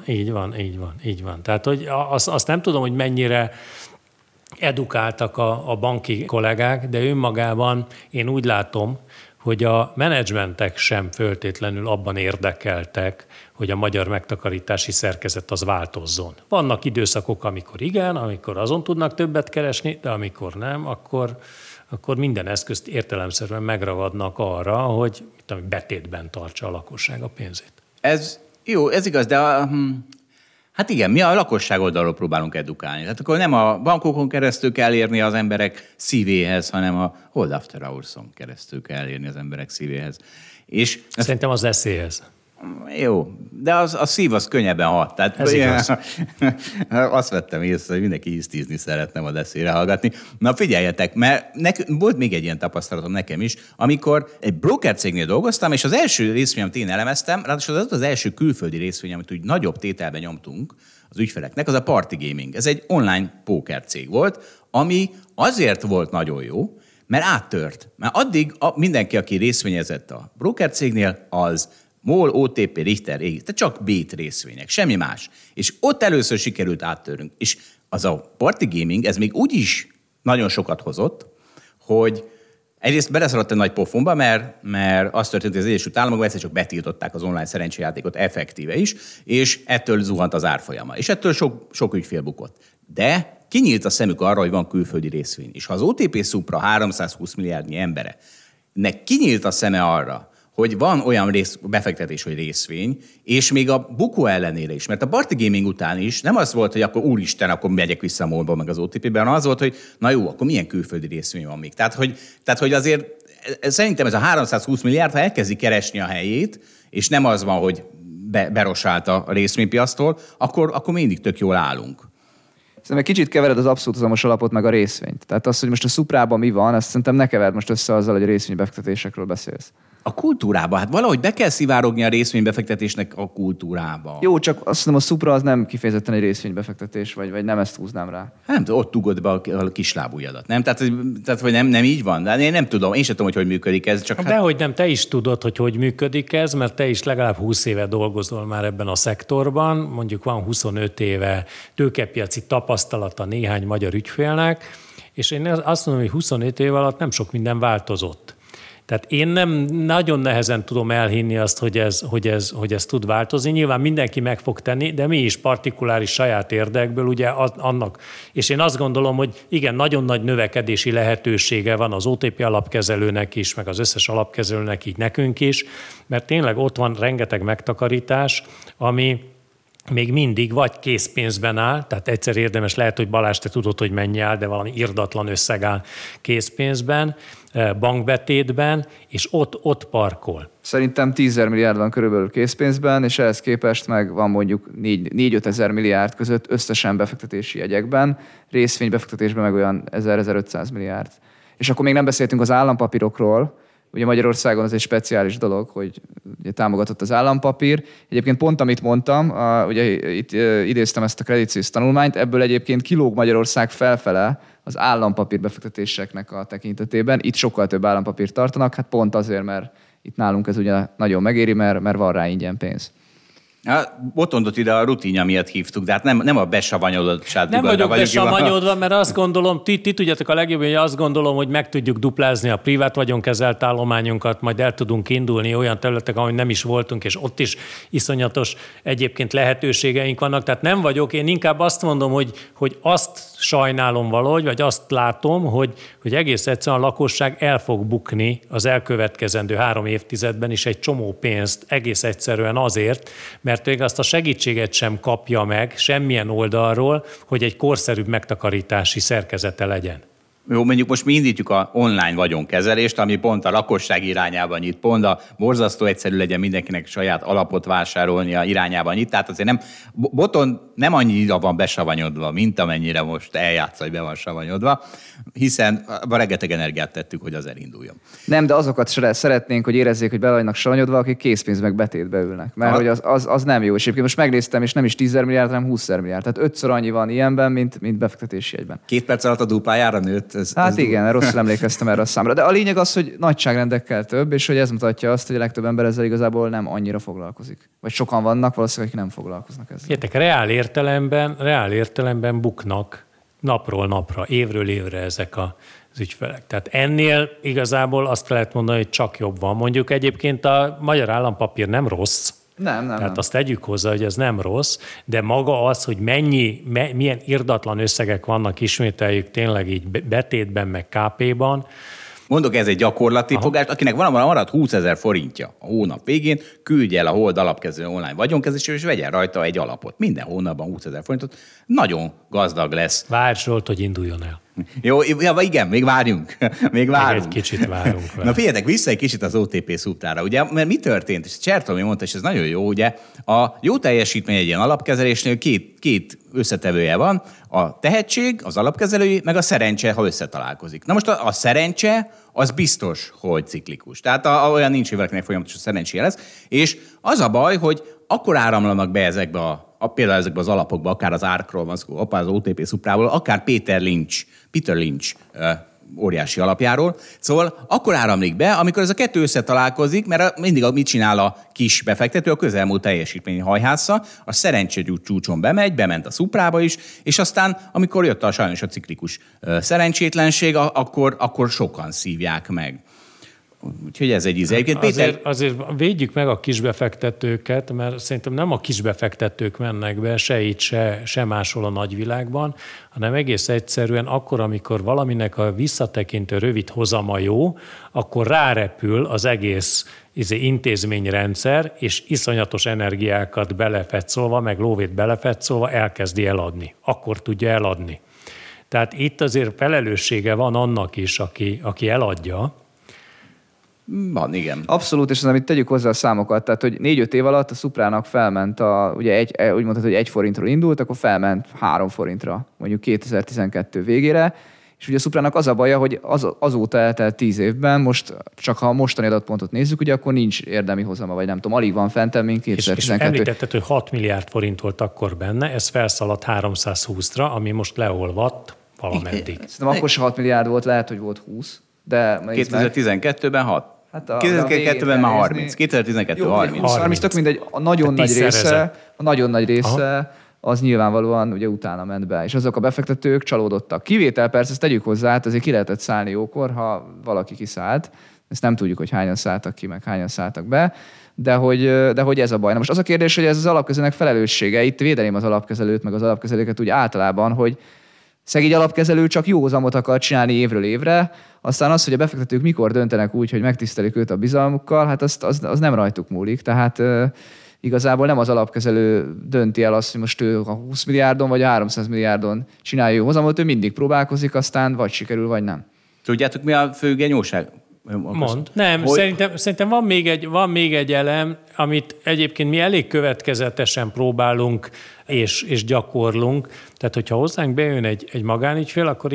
Így van. Tehát hogy azt nem tudom, hogy mennyire edukáltak a banki kollégák, de önmagában én úgy látom, hogy a menedzsmentek sem föltétlenül abban érdekeltek, hogy a magyar megtakarítási szerkezet az változzon. Vannak időszakok, amikor igen, amikor azon tudnak többet keresni, de amikor nem, akkor minden eszközt értelemszerűen megragadnak arra, hogy betétben tartsa a lakosság a pénzét. Ez jó, ez igaz, de hát igen, mi a lakosság oldalról próbálunk edukálni. Tehát akkor nem a bankokon keresztül kell érni az emberek szívéhez, hanem a Hold After Hours-on keresztül kell érni az emberek szívéhez. És szerintem az eszéhez. Jó, de a szív az könnyebben hat. Tehát ez igaz. Azt vettem észre, hogy mindenki hisztizni szeretne a eszére hallgatni. Na figyeljetek, mert volt még egy ilyen tapasztalatom nekem is, amikor egy broker cégnél dolgoztam, és az első részvényemet én elemeztem, ráadásul az első külföldi részvény, amit úgy nagyobb tételben nyomtunk az ügyfeleknek, az a Party Gaming. Ez egy online póker cég volt, ami azért volt nagyon jó, mert áttört. Mert addig mindenki, aki részvényezett a broker cégnél, az MOL, OTP, Richter, tehát csak bét részvények, semmi más. És ott először sikerült áttörnünk. És az a Party Gaming, ez még úgy is nagyon sokat hozott, hogy egyrészt beleszaladt egy nagy pofonba, mert az történt, hogy az Egyesült Államokban egyszer csak betiltották az online szerencsejátékot effektíve is, és ettől zuhant az árfolyama. És ettől sok ügyfél bukott. De kinyílt a szemük arra, hogy van külföldi részvény. És ha az OTP Supra 320 milliárdnyi embere, nek kinyílt a szeme arra, hogy van olyan befektetés, hogy részvény, és még a bukó ellenére is. Mert a Party Gaming után is nem az volt, hogy akkor úristen, akkor megyek vissza a MOL-ba, meg az OTP-ben, hanem az volt, hogy na jó, akkor milyen külföldi részvény van még. Tehát, hogy azért szerintem ez a 320 milliárd, ha elkezdi keresni a helyét, és nem az van, hogy berossált a részvénypiasztól, akkor mindig tök jól állunk. Szerintem egy kicsit kevered az abszolútizmus alapot meg a részvényt. Tehát az, hogy most a Suprában mi van, azt szerintem ne keverd most össze azzal, hogy a részvénybefektetésekről beszélsz. A kultúrába, hát valahogy be kell szivárogni a részvénybefektetésnek a kultúrába. Jó, csak azt hiszem a Supra az nem kifejezetten egy részvénybefektetés, vagy nem ezt húznám rá. Nem, ott ugod be a kislábujjadat, nem? Tehát hogy nem így van, de én nem tudom, én sem tudom, hogy működik ez. Csak dehogy nem, te is tudod, hogy működik ez, mert te is legalább 20 éve dolgozol már ebben a szektorban, mondjuk van 25 éve tőkepiaci tapasztalata néhány magyar ügyfélnek, és én azt mondom, hogy 25 év alatt nem sok minden változott. Tehát én nem nagyon nehezen tudom elhinni azt, hogy ez tud változni. Nyilván mindenki meg fog tenni, de mi is partikuláris saját érdekből, ugye annak. És én azt gondolom, hogy igen, nagyon nagy növekedési lehetősége van az OTP alapkezelőnek is, meg az összes alapkezelőnek, így nekünk is, mert tényleg ott van rengeteg megtakarítás, ami még mindig vagy készpénzben áll, tehát egyszer érdemes, lehet, hogy Balázs, te tudod, hogy mennyi áll, de valami irdatlan összeg áll készpénzben, bankbetétben, és ott parkol. Szerintem 10 milliárd van körülbelül készpénzben, és ehhez képest meg van mondjuk 4-5 ezer milliárd között összesen befektetési jegyekben, részvénybefektetésben meg olyan 1000-1500 milliárd. És akkor még nem beszéltünk az állampapírokról, ugye Magyarországon ez egy speciális dolog, hogy ugye támogatott az állampapír. Egyébként pont amit mondtam, ugye itt idéztem ezt a Credit Suisse tanulmányt, ebből egyébként kilóg Magyarország felfele az állampapír befektetéseknek a tekintetében. Itt sokkal több állampapírt tartanak, hát pont azért, mert itt nálunk ez ugye nagyon megéri, mert van rá ingyen pénz. Botondot ide a rutinja miatt hívtuk, de hát nem a besavanyodottság. Nem vagyok besavanyodva, mert azt gondolom, ti tudjátok a legjobban, hogy azt gondolom, hogy meg tudjuk duplázni a privát vagyonkezelt állományunkat, majd el tudunk indulni olyan területek, ahol nem is voltunk, és ott is iszonyatos egyébként lehetőségeink vannak. Tehát nem vagyok, én inkább azt mondom, hogy azt sajnálom valahogy, vagy azt látom, hogy egész egyszerűen a lakosság el fog bukni az elkövetkezendő 3 évtizedben is egy csomó pénzt egész egyszerűen azért, mert még azt a segítséget sem kapja meg semmilyen oldalról, hogy egy korszerűbb megtakarítási szerkezete legyen. Jó, mondjuk most mi indítjuk a online vagyonkezelést, ami pont a lakosság irányában nyit, pont a borzasztó egyszerű legyen mindenkinek saját alapot vásárolnia irányában nyit. Tehát azért boton nem annyira van besavanyodva, mint amennyire most eljátsz, hogy be van savanyodva, hiszen rengeteg energiát tettük, hogy az elinduljon. Nem, de azokat szeretnénk, hogy érezzék, hogy be vannak savanyodva, akik készpénz meg betétbe ülnek. Mert hogy az nem jó. És egyébként most megnéztem, és nem is 10 milliárd, hanem 20 milliárd. Tehát 5-ször annyi van ilyenben, mint befektetési jegyben. 2 perc alatt a duplájára nőtt. Igen, rosszul emlékeztem erre a számra. De a lényeg az, hogy nagyságrendekkel több, és hogy ez mutatja azt, hogy a legtöbb ember ezzel igazából nem annyira foglalkozik. Vagy sokan vannak valószínűleg, akik nem foglalkoznak ezzel. Értek, reál értelemben buknak napról napra, évről évre ezek az ügyfelek. Tehát ennél igazából azt lehet mondani, hogy csak jobb van. Mondjuk egyébként a magyar állampapír nem rossz, Tehát azt tegyük hozzá, hogy ez nem rossz, de maga az, hogy milyen irdatlan összegek vannak, ismételjük tényleg így betétben, meg KP-ban. Mondok, ez egy gyakorlati fogást, akinek van marad 20 000 forintja a hónap végén, küldje el a Hold alapkezelő online vagyonkezelésre, és vegyen rajta egy alapot. Minden hónapban 20 000 forintot, nagyon gazdag lesz. Várj, Zsolt, hogy induljon el. Jó, igen, még várjunk. Még egy kicsit várunk. Na figyeljetek, vissza egy kicsit az OTP Suprára, ugye, mert mi történt? És Csertomi mondta, és ez nagyon jó, ugye, a jó teljesítmény egy ilyen alapkezelésnél két összetevője van, a tehetség, az alapkezelői, meg a szerencse, ha összetalálkozik. Na most a szerencse, az biztos, hogy ciklikus. Tehát olyan nincs, hogy valakinek folyamatosan szerencséje lesz, és az a baj, hogy akkor áramlanak be ezekbe például ezekbe az alapokba, akár az ARK-ról van szó, az OTP Suprából, akár Peter Lynch óriási alapjáról. Szóval akkor áramlik be, amikor ez a kettő összetalálkozik, mert mindig mit csinál a kis befektető, a közelmúlt teljesítmény hajhásza, a szerencse csúcson bement a Suprába is, és aztán, amikor jött sajnos a ciklikus szerencsétlenség, akkor sokan szívják meg. Úgyhogy ez egy íze. Azért védjük meg a kisbefektetőket, mert szerintem nem a kisbefektetők mennek be, se itt, se máshol a nagyvilágban, hanem egész egyszerűen akkor, amikor valaminek a visszatekintő rövid hozama jó, akkor rárepül az egész intézményrendszer, és iszonyatos energiákat belefetszolva, meg lóvét belefetszolva elkezdi eladni. Akkor tudja eladni. Tehát itt azért felelőssége van annak is, aki eladja. Van, igen. Abszolút, és amit tegyük hozzá a számokat, tehát hogy 4-5 év alatt a Suprának felment, ugye úgy mondhatod, hogy 1 forintról indult, akkor felment 3 forintra, mondjuk 2012 végére, és ugye a Suprának az a baja, hogy azóta eltelt 10 évben, most csak ha a mostani adatpontot nézzük, ugye akkor nincs érdemi hozama, vagy nem tudom, alig van fentem, mint 2012. És említetted, hogy 6 milliárd forint volt akkor benne, ez felszaladt 320-ra, ami most leolvadt valameddig. Szerintem akkor se 6 milliárd volt, lehet, hogy volt 20. De 2012-ben 6. Hát 2012-ben már 30. 2012 30. Tök mindegy, a nagyon nagy része az nyilvánvalóan ugye utána ment be. És azok a befektetők csalódottak. Kivétel persze, ezt tegyük hozzá, hát azért ki lehetett szállni jókor, ha valaki kiszállt. Ezt nem tudjuk, hogy hányan szálltak ki, meg hányan szálltak be. De hogy ez a baj. Na most az a kérdés, hogy ez az alapkezelőnek felelőssége. Itt védeném az alapkezelőt, meg az alapkezelőket úgy általában, hogy szegény alapkezelő csak jó hozamot akar csinálni évről évre, aztán az, hogy a befektetők mikor döntenek úgy, hogy megtisztelik őt a bizalmukkal, hát az nem rajtuk múlik. Tehát igazából nem az alapkezelő dönti el azt, hogy most ő a 20 milliárdon vagy a 300 milliárdon csinálja jó hozamot, ő mindig próbálkozik, aztán vagy sikerül, vagy nem. Tudjátok, mi a fő genyóság? Nem, szerintem van még egy elem, amit egyébként mi elég következetesen próbálunk és gyakorlunk. Tehát, hogyha hozzánk bejön egy magánügyfél, akkor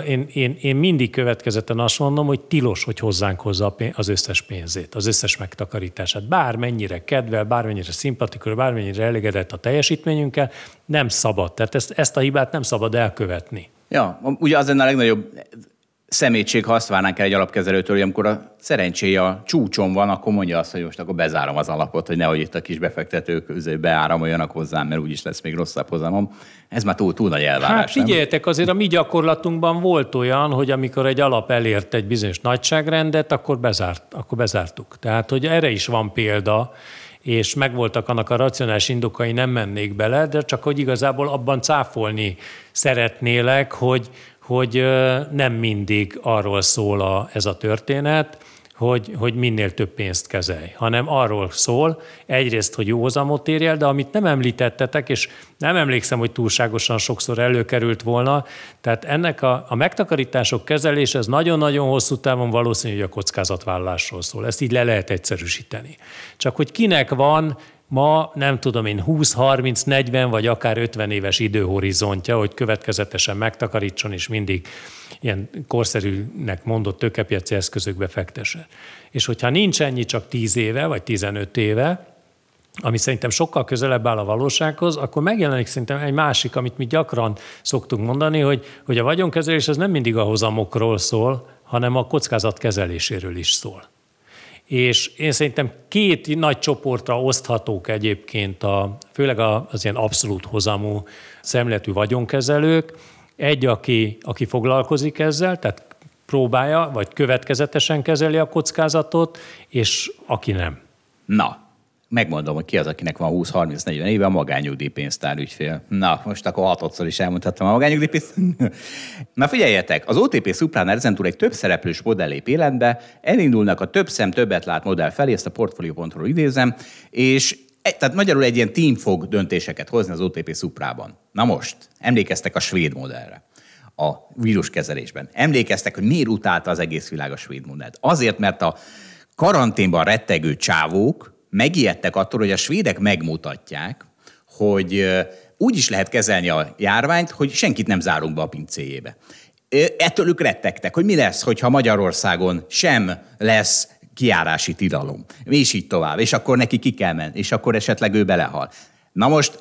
én mindig következetten azt mondom, hogy tilos, hogy hozzánk hozza az összes pénzét, az összes megtakarítását. Bármennyire kedvel, bármennyire szimpatikus, bármennyire elégedett a teljesítményünkkel, nem szabad. Tehát ezt a hibát nem szabad elkövetni. Ja, ugye az lenne a legnagyobb szemétség, ha azt várnánk el egy alapkezelőtől, hogy amikor a szerencséje a csúcson van, akkor mondja azt, hogy most akkor bezárom az alapot, hogy nehogy itt a kis befektetők közé beáramoljanak hozzám, mert úgyis lesz még rosszabb hozamom. Ez már túl nagy elvárás. Hát figyeljetek, azért a mi gyakorlatunkban volt olyan, hogy amikor egy alap elért egy bizonyos nagyságrendet, akkor bezártuk. Tehát, hogy erre is van példa, és megvoltak annak a racionális indokai, nem mennék bele, de csak hogy igazából abban cáfolni szeretnélek, hogy nem mindig arról szól ez a történet, hogy minél több pénzt kezelj, hanem arról szól egyrészt, hogy jó hozamot érj el, de amit nem említettetek, és nem emlékszem, hogy túlságosan sokszor előkerült volna, tehát ennek a megtakarítások kezelése, ez nagyon-nagyon hosszú távon valószínű, hogy a kockázatvállalásról szól. Ezt így le lehet egyszerűsíteni. Csak hogy kinek van ma, nem tudom én, 20, 30, 40 vagy akár 50 éves időhorizontja, hogy következetesen megtakarítson, és mindig ilyen korszerűnek mondott tőkepiaci eszközökbe fektessen. És hogyha nincs ennyi csak 10 éve, vagy 15 éve, ami szerintem sokkal közelebb áll a valósághoz, akkor megjelenik szerintem egy másik, amit mi gyakran szoktunk mondani, hogy a vagyonkezelés az nem mindig a hozamokról szól, hanem a kockázat kezeléséről is szól. És én szerintem 2 nagy csoportra oszthatók egyébként, főleg az ilyen abszolút hozamú szemléletű vagyonkezelők. Egy, aki foglalkozik ezzel, tehát próbálja, vagy következetesen kezeli a kockázatot, és aki nem. Na, megmondom, hogy ki az, akinek van 20-30-40 éve, a magánnyugdíjpénztár ügyfél. Na, most akkor 6-szor is elmondhattam a magánnyugdíjpénztár. Na figyeljetek, az OTP Supránál ezentúl egy több szereplős modell lép életbe, elindulnak a több szem többet lát modell felé, ezt a portfolio.ról idézem, és tehát magyarul egy ilyen team fog döntéseket hozni az OTP Suprában. Na most, emlékeztek a svéd modellre, a víruskezelésben. Emlékeztek, hogy miért utálta az egész világ a svéd modellt. Azért, mert a karanténban rettegő csávók megijedtek attól, hogy a svédek megmutatják, hogy úgy is lehet kezelni a járványt, hogy senkit nem zárunk be a pincéjébe. Ettől ők rettegtek, hogy mi lesz, hogyha Magyarországon sem lesz kijárási tilalom. És így tovább. És akkor neki ki kell menni, és akkor esetleg ő belehal. Na most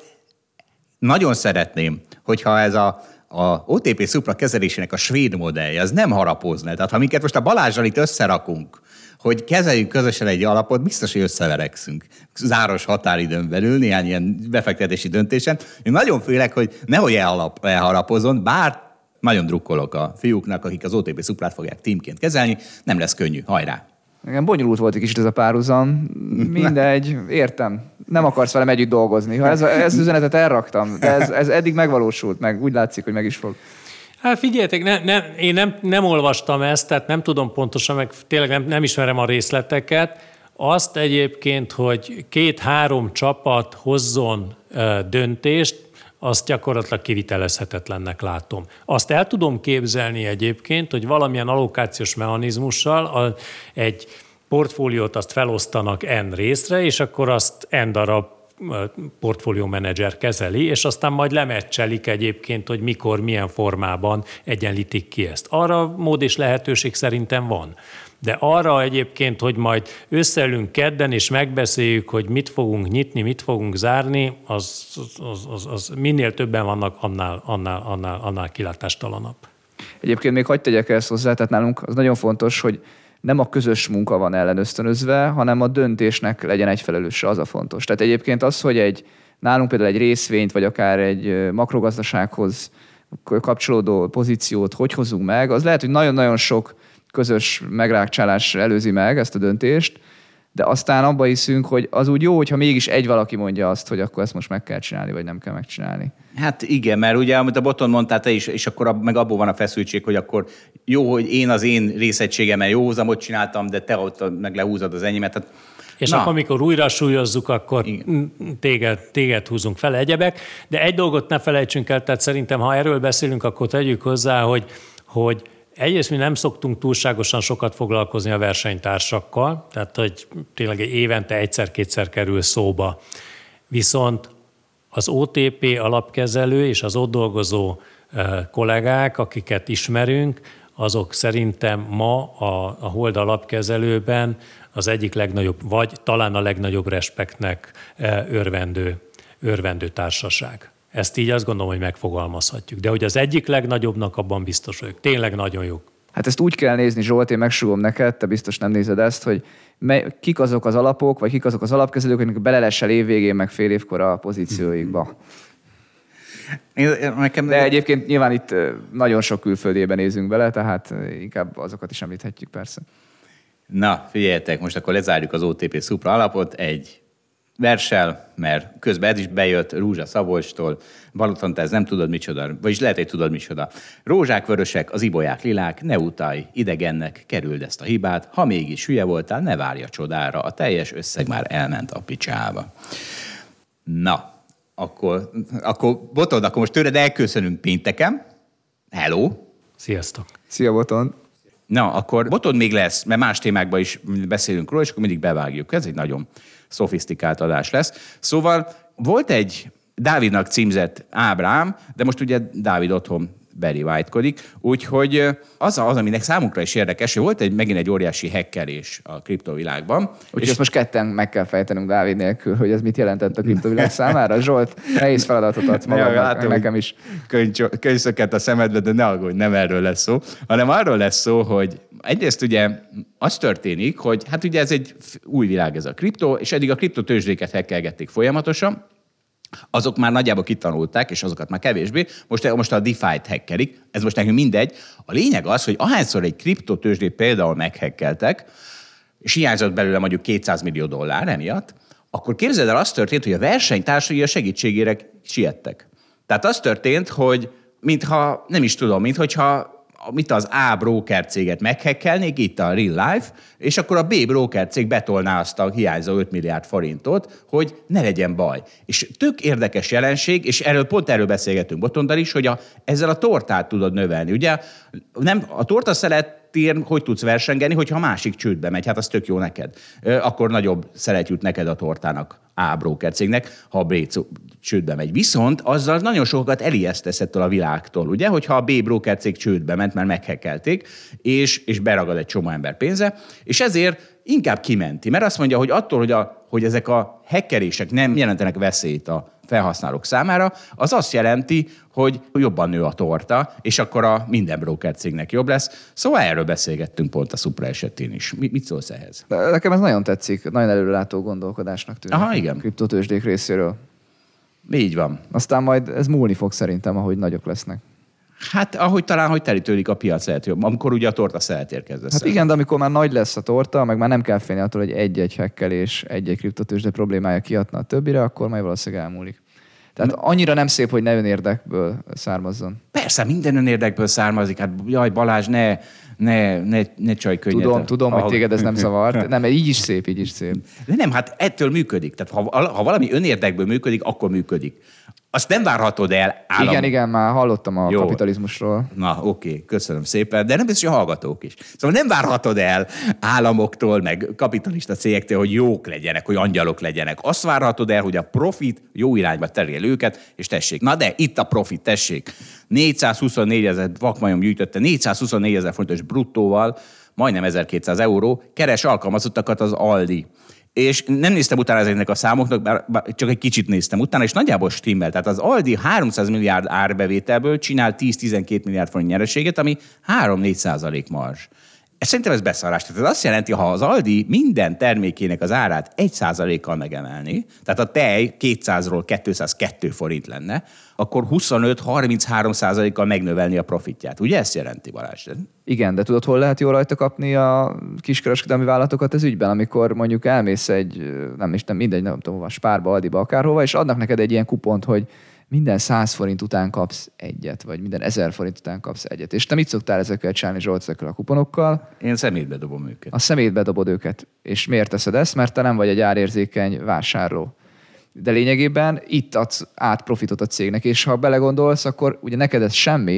nagyon szeretném, hogyha ez a OTP Supra kezelésének a svéd modellje, az nem harapozna. Tehát ha minket most a Balázsral itt összerakunk, hogy kezeljünk közösen egy alapot, biztos, hogy összeverekszünk. Záros határidőn belül, néhány ilyen befektetési döntésen. Én nagyon félek, hogy nehogy elharapozon, bár nagyon drukkolok a fiúknak, akik az OTP Suprát fogják teamként kezelni, nem lesz könnyű. Hajrá! Igen, bonyolult volt egy kicsit ez a párhuzam. Mindegy, értem. Nem akarsz velem együtt dolgozni. Ha ez üzenetet elraktam, de ez eddig megvalósult, meg úgy látszik, hogy meg is fog. Hát figyeljetek, én nem olvastam ezt, tehát nem tudom pontosan, meg tényleg nem ismerem a részleteket. Azt egyébként, hogy 2-3 csapat hozzon döntést, azt gyakorlatilag kivitelezhetetlennek látom. Azt el tudom képzelni egyébként, hogy valamilyen allokációs mechanizmussal egy portfóliót azt felosztanak N részre, és akkor azt N darab portfólió menedzser kezeli, és aztán majd lemeccselik egyébként, hogy mikor, milyen formában egyenlítik ki ezt. Arra mód és lehetőség szerintem van. De arra egyébként, hogy majd összeülünk kedden, és megbeszéljük, hogy mit fogunk nyitni, mit fogunk zárni, az minél többen vannak, annál kilátástalanabb. Egyébként még hagyd tegyek ezt hozzá, tehát nálunk az nagyon fontos, hogy nem a közös munka van ellenösztönözve, hanem a döntésnek legyen egy felelőse, az a fontos. Tehát egyébként az, hogy nálunk például egy részvényt, vagy akár egy makrogazdasághoz kapcsolódó pozíciót hogy hozunk meg, az lehet, hogy nagyon-nagyon sok közös megrákcsálás előzi meg ezt a döntést, de aztán abba hiszünk, hogy az úgy jó, hogyha mégis egy valaki mondja azt, hogy akkor ezt most meg kell csinálni, vagy nem kell megcsinálni. Hát igen, mert ugye, amit a Boton mondtál te is, és akkor meg abból van a feszültség, hogy akkor jó, hogy én az én részegységemmel jó hozamot csináltam, de te ott meg lehúzod az enyémet. Hát, és akkor, amikor újra súlyozzuk, akkor téged húzunk fel egyebek. De egy dolgot ne felejtsünk el, tehát szerintem, ha erről beszélünk, akkor tegyük hozzá, hogy Egyrészt mi nem szoktunk túlságosan sokat foglalkozni a versenytársakkal, tehát hogy tényleg évente egyszer-kétszer kerül szóba. Viszont az OTP alapkezelő és az ott dolgozó kollégák, akiket ismerünk, azok szerintem ma a Hold alapkezelőben az egyik legnagyobb, vagy talán a legnagyobb respektnek örvendő társaság. Ezt így azt gondolom, hogy megfogalmazhatjuk. De hogy az egyik legnagyobbnak, abban biztos vagyok. Tényleg nagyon jók. Hát ezt úgy kell nézni, Zsolt, én megsúgom neked, te biztos nem nézed ezt, hogy kik azok az alapok, vagy kik azok az alapkezelők, akik belelesel évvégén, meg fél évkor a pozícióikba. De egyébként nyilván itt nagyon sok külföldében nézünk bele, tehát inkább azokat is említhetjük persze. Na, figyeljetek, most akkor lezárjuk az OTP Supra alapot egy verssel, mert közben ez is bejött Rúzsa Szabolcstól, Balaton, te ez nem tudod micsoda, vagyis lehet, hogy tudod micsoda. Rózsák vörösek, az ibolyák lilák, ne utalj, idegennek, kerüld ezt a hibát, ha mégis hülye voltál, ne várja csodára, a teljes összeg már elment a picsába. Na, akkor Botond, akkor most tőled elköszönünk pénteken. Hello! Sziasztok! Szia, Botond! Na, akkor Botond még lesz, mert más témákban is beszélünk róla, és akkor mindig bevágjuk. Ez egy nagyon szofisztikált adás lesz. Szóval volt egy Dávidnak címzett ábrám, de most ugye Dávid otthon Barry White-kodik, úgyhogy az, aminek számunkra is érdekes, hogy volt megint egy óriási hekkelés a kriptovilágban. Úgyhogy ezt most ketten meg kell fejtenünk Dávid nélkül, hogy ez mit jelentett a kriptovilág számára. Zsolt, nehéz feladatot adsz magadnak, nekem is. Könyszöket a szemedbe, de ne aggódj, nem erről lesz szó, hanem arról lesz szó, hogy egyrészt ugye az történik, hogy hát ugye ez egy új világ ez a kriptó, és eddig a kriptotőzsdéket hekkelgették folyamatosan, azok már nagyjából kitanulták, és azokat már kevésbé. Most a DeFi-t hackerik, ez most nekünk mindegy. A lényeg az, hogy ahányszor egy kriptotőzsdét például meghekkeltek, és hiányzott belőle mondjuk $200 millió emiatt, akkor képzeld el, az történt, hogy a versenytársai a segítségére siettek. Tehát az történt, hogy mintha, nem is tudom, minthogyha az A broker céget meghekkelnék, itt a real life, és akkor a B broker cég betolná azt a hiányzó 5 milliárd forintot, hogy ne legyen baj. És tök érdekes jelenség, és pont erről beszélgetünk Botonddal is, hogy ezzel a tortát tudod növelni. Ugye nem, a tortaszeletén hogy tudsz versengeni, hogyha a másik csődbe megy, hát az tök jó neked. Akkor nagyobb szelet jut neked a tortának, A broker cégnek, ha a B csődbe megy. Viszont azzal nagyon sokat elijesztesz ettől a világtól, ugye, hogyha a B broker cég csődbe ment, mert meghekkelték, és beragad egy csomó ember pénze, és ezért inkább kimenti, mert azt mondja, hogy attól, hogy ezek a hackerések nem jelentenek veszélyt a felhasználók számára, az azt jelenti, hogy jobban nő a torta, és akkor a minden broker cégnek jobb lesz. Szóval erről beszélgettünk pont a Supra esetén is. Mit szólsz ehhez? Nekem ez nagyon tetszik, nagyon előrelátó gondolkodásnak tűnik. Aha, igen. A kriptotőzsdék részéről. Így van. Aztán majd ez múlni fog szerintem, ahogy nagyok lesznek. Hát ahogy talán, hogy terítődik a piac lehet jobb, amikor ugye a torta szelet érkezett. Hát igen, de amikor már nagy lesz a torta, meg már nem kell félni attól, hogy egy-egy hekkelés, egy-egy kriptotőzsde problémája kiadna a többire, akkor majd valószínűleg elmúlik. Tehát annyira nem szép, hogy ne önérdekből származzon. Persze, minden önérdekből származik. Hát jaj, Balázs, ne csaj könnyed. Tudom, hogy téged ez nem zavart. Nem, így is szép. De nem, hát ettől működik. Tehát ha valami önérdekből működik, akkor működik. Azt nem várhatod el állam... Igen, már hallottam a kapitalizmusról. Na, oké, köszönöm szépen, de nem biztos, hogy a hallgatók is. Szóval nem várhatod el államoktól, meg kapitalista cégektől, hogy jók legyenek, hogy angyalok legyenek. Azt várhatod el, hogy a profit jó irányba terjel őket, és tessék. Na de, itt a profit, tessék. 424 000 vakmajom gyűjtötte, 424 000 forintos bruttóval, majdnem 1200 euró, keres alkalmazottakat az Aldi. És nem néztem utána ezeknek a számoknak, csak egy kicsit néztem utána, és nagyjából stimmel. Tehát az Aldi 300 milliárd árbevételből csinál 10-12 milliárd forint nyereséget, ami 3-4% marzs. Szerintem ez beszarás. Tehát ez azt jelenti, ha az Aldi minden termékének az árát 1%-kal megemelni, tehát a tej 200-ról 202 forint lenne, akkor 25-33%-kal megnövelni a profitját. Ugye ezt jelenti, Balázs? Igen, de tudod, hol lehet jól rajta kapni a kiskereskedelmi vállalatokat ez ügyben, amikor mondjuk elmész egy, nem tudom, Spárba, Aldiba, akárhova, és adnak neked egy ilyen kupont, hogy minden 100 forint után kapsz egyet, vagy minden 1000 forint után kapsz egyet. És te mit szoktál ezekkel csinálni, Zsolt, ezekkel a kuponokkal? Én szemétbe dobom őket. A szemétbe dobod őket. És miért teszed ezt? Mert te nem vagy egy árérzékeny vásárló. De lényegében itt adsz át profitot a cégnek, és ha belegondolsz, akkor ugye neked ez semmi,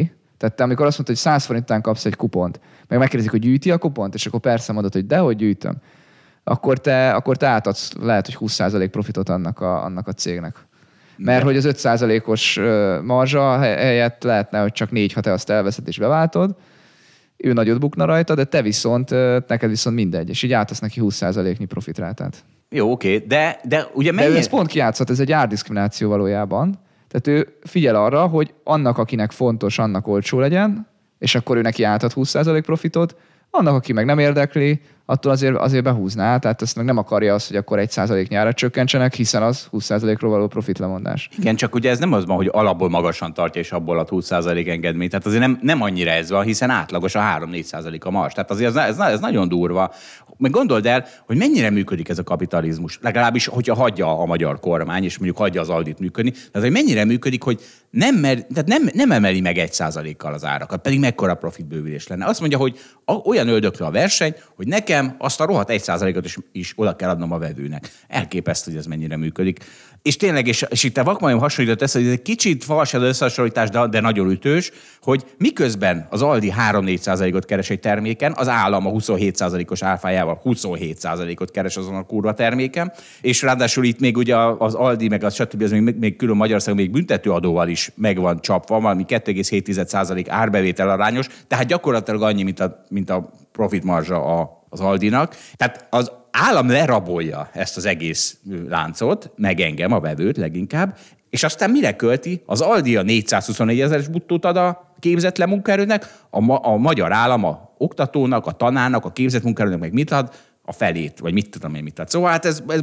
Tehát te, amikor azt mondod, hogy 100 forintán kapsz egy kupont, meg megkérdezik, hogy gyűjti a kupont, és akkor persze mondod, hogy dehogy gyűjtöm, akkor te átadsz lehet, hogy 20% profitot annak a cégnek. Mert hogy az 5%-os marzsa helyett lehetne, hogy csak 4, ha te azt elveszed és beváltod, ő nagyot bukna rajta, de te viszont, neked viszont mindegy, és így átadsz neki 20%-nyi profitrátát. Jó, oké, de ugye De ő ezt pont kijátszott, ez egy árdiszkrimináció valójában. Tehát ő figyel arra, hogy annak, akinek fontos, annak olcsó legyen, és akkor ő neki átad 20% profitot, annak, aki meg nem érdekli, attól azért behúzná, tehát ezt meg nem akarja azt, hogy akkor 1%-nyi árat csökkentsenek, hiszen az 20%-ról való profitlemondás. Igen, csak ugye ez nem az van, hogy alapból magasan tartja, és abból a 20% engedmény. Tehát azért nem annyira ez van, hiszen átlagos a 3-4% a mars. Tehát azért ez nagyon durva. Meg gondold el, hogy mennyire működik ez a kapitalizmus. Legalábbis, hogyha hagyja a magyar kormány, és mondjuk hagyja az Aldit működni, de azért mennyire működik, hogy nem emeli meg 1%-kal az árakat, pedig mekkora profitbővülés lenne. Azt mondja, hogy olyan öldöklő a verseny, hogy nekem azt a rohadt 1%-ot is oda kell adnom a vevőnek. Elképesztő, hogy ez mennyire működik. És tényleg, és itt a vakmajom hasonlított ezt, hogy ez egy kicsit fals az összehasonlítás, de nagyon ütős, hogy miközben az Aldi 3-4%-ot keres egy terméken, az állam a 27%-os áfájával 27%-ot keres azon a kurva terméken, és ráadásul itt még ugye az Aldi, meg az stb. Az még külön Magyarországon még büntetőadóval is meg van csapva, valami 2,7% árbevétel arányos, tehát gyakorlatilag annyi, mint a profit marzsa az Aldinak. Tehát az állam lerabolja ezt az egész láncot, meg engem, a vevőt leginkább, és aztán mire költi? Az Aldi a 424 000-es buttót ad a képzett le munkaerőnek, a magyar állam a oktatónak, a tanárnak, a képzett munkaerőnek meg mit ad? A felét, vagy mit tudom én mit ad. Szóval hát ez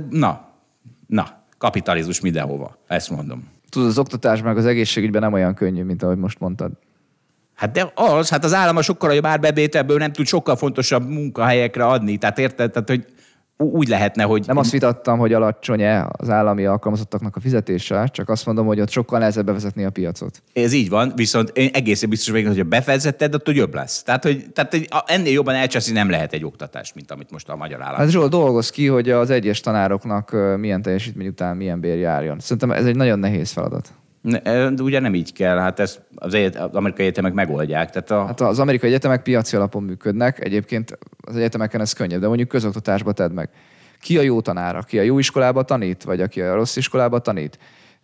kapitalizmus mindenhova, ezt mondom. Tudod, az oktatás meg az egészségügyben nem olyan könnyű, mint ahogy most mondtad. Hát az állam a sokkal jobb árbevételből nem tud sokkal fontosabb munkahelyekre adni. Tehát érted? Tehát, hogy úgy lehetne, hogy... Nem azt vitattam, hogy alacsony-e az állami alkalmazottaknak a fizetése, csak azt mondom, hogy ott sokkal nehezebb bevezetni a piacot. Ez így van, viszont én egészen biztos vagyok, hogy ha bevezetted, attól jobb lesz. Tehát ennél jobban elcseszni nem lehet egy oktatást, mint amit most a magyar állam. Hát Zsolt, dolgoz ki, hogy az egyes tanároknak milyen teljesítmény után milyen bér járjon. Szerintem ez egy nagyon nehéz feladat. De ugye nem így kell, hát ezt az amerikai egyetemek megoldják. Hát az amerikai egyetemek piaci alapon működnek, egyébként az egyetemeken ez könnyebb, de mondjuk közoktatásba tedd meg. Ki a jó tanár, aki a jó iskolába tanít, vagy aki a rossz iskolába tanít?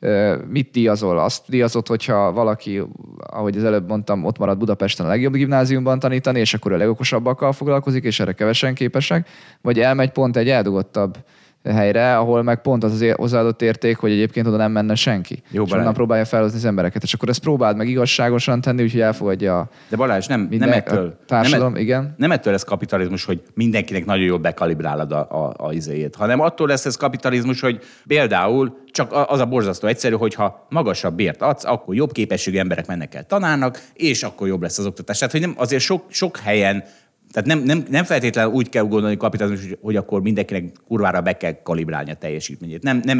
Mit díjazol? Azt díjazott, hogyha valaki, ahogy az előbb mondtam, ott marad Budapesten a legjobb gimnáziumban tanítani, és akkor a legokosabbakkal foglalkozik, és erre kevesen képesek, vagy elmegy pont egy eldugottabb helyre, ahol meg pont az hozzáadott érték, hogy egyébként oda nem menne senki. Jó, és onnan próbálja felhozni az embereket. És akkor ezt próbáld meg igazságosan tenni, úgyhogy elfogadja a... De Balázs, nem ettől. Társadalom, igen. Nem ettől lesz kapitalizmus, hogy mindenkinek nagyon jól bekalibrálod a izéjét, hanem attól lesz ez kapitalizmus, hogy például csak az a borzasztó egyszerű, hogyha magasabb bért adsz, akkor jobb képességű emberek mennek el tanárnak, és akkor jobb lesz az oktatás. Tehát, hogy nem, azért sok helyen. Tehát nem feltétlenül úgy kell gondolni kapitalizmus, hogy akkor mindenkinek kurvára be kell kalibrálni a teljesítményét.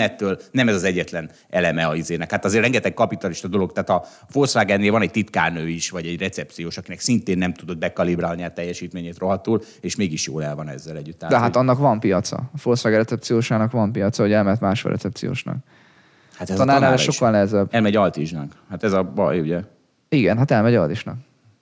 Nem ez az egyetlen eleme a izének. Hát azért rengeteg kapitalista dolog. Tehát a Volkswagennél van egy titkárnő is, vagy egy recepciós, akinek szintén nem tudod bekalibrálni a teljesítményét rohadtul, és mégis jól el van ezzel együtt. De hát annak van piaca. A Volkswagen recepciósának van piaca, hogy elment másfél recepciósnak. Hát ez tanárnál sokkal nehezebb. Elmegy Altizsnak. Hát ez a baj, ugye? Igen, hát elmegy Altisnak.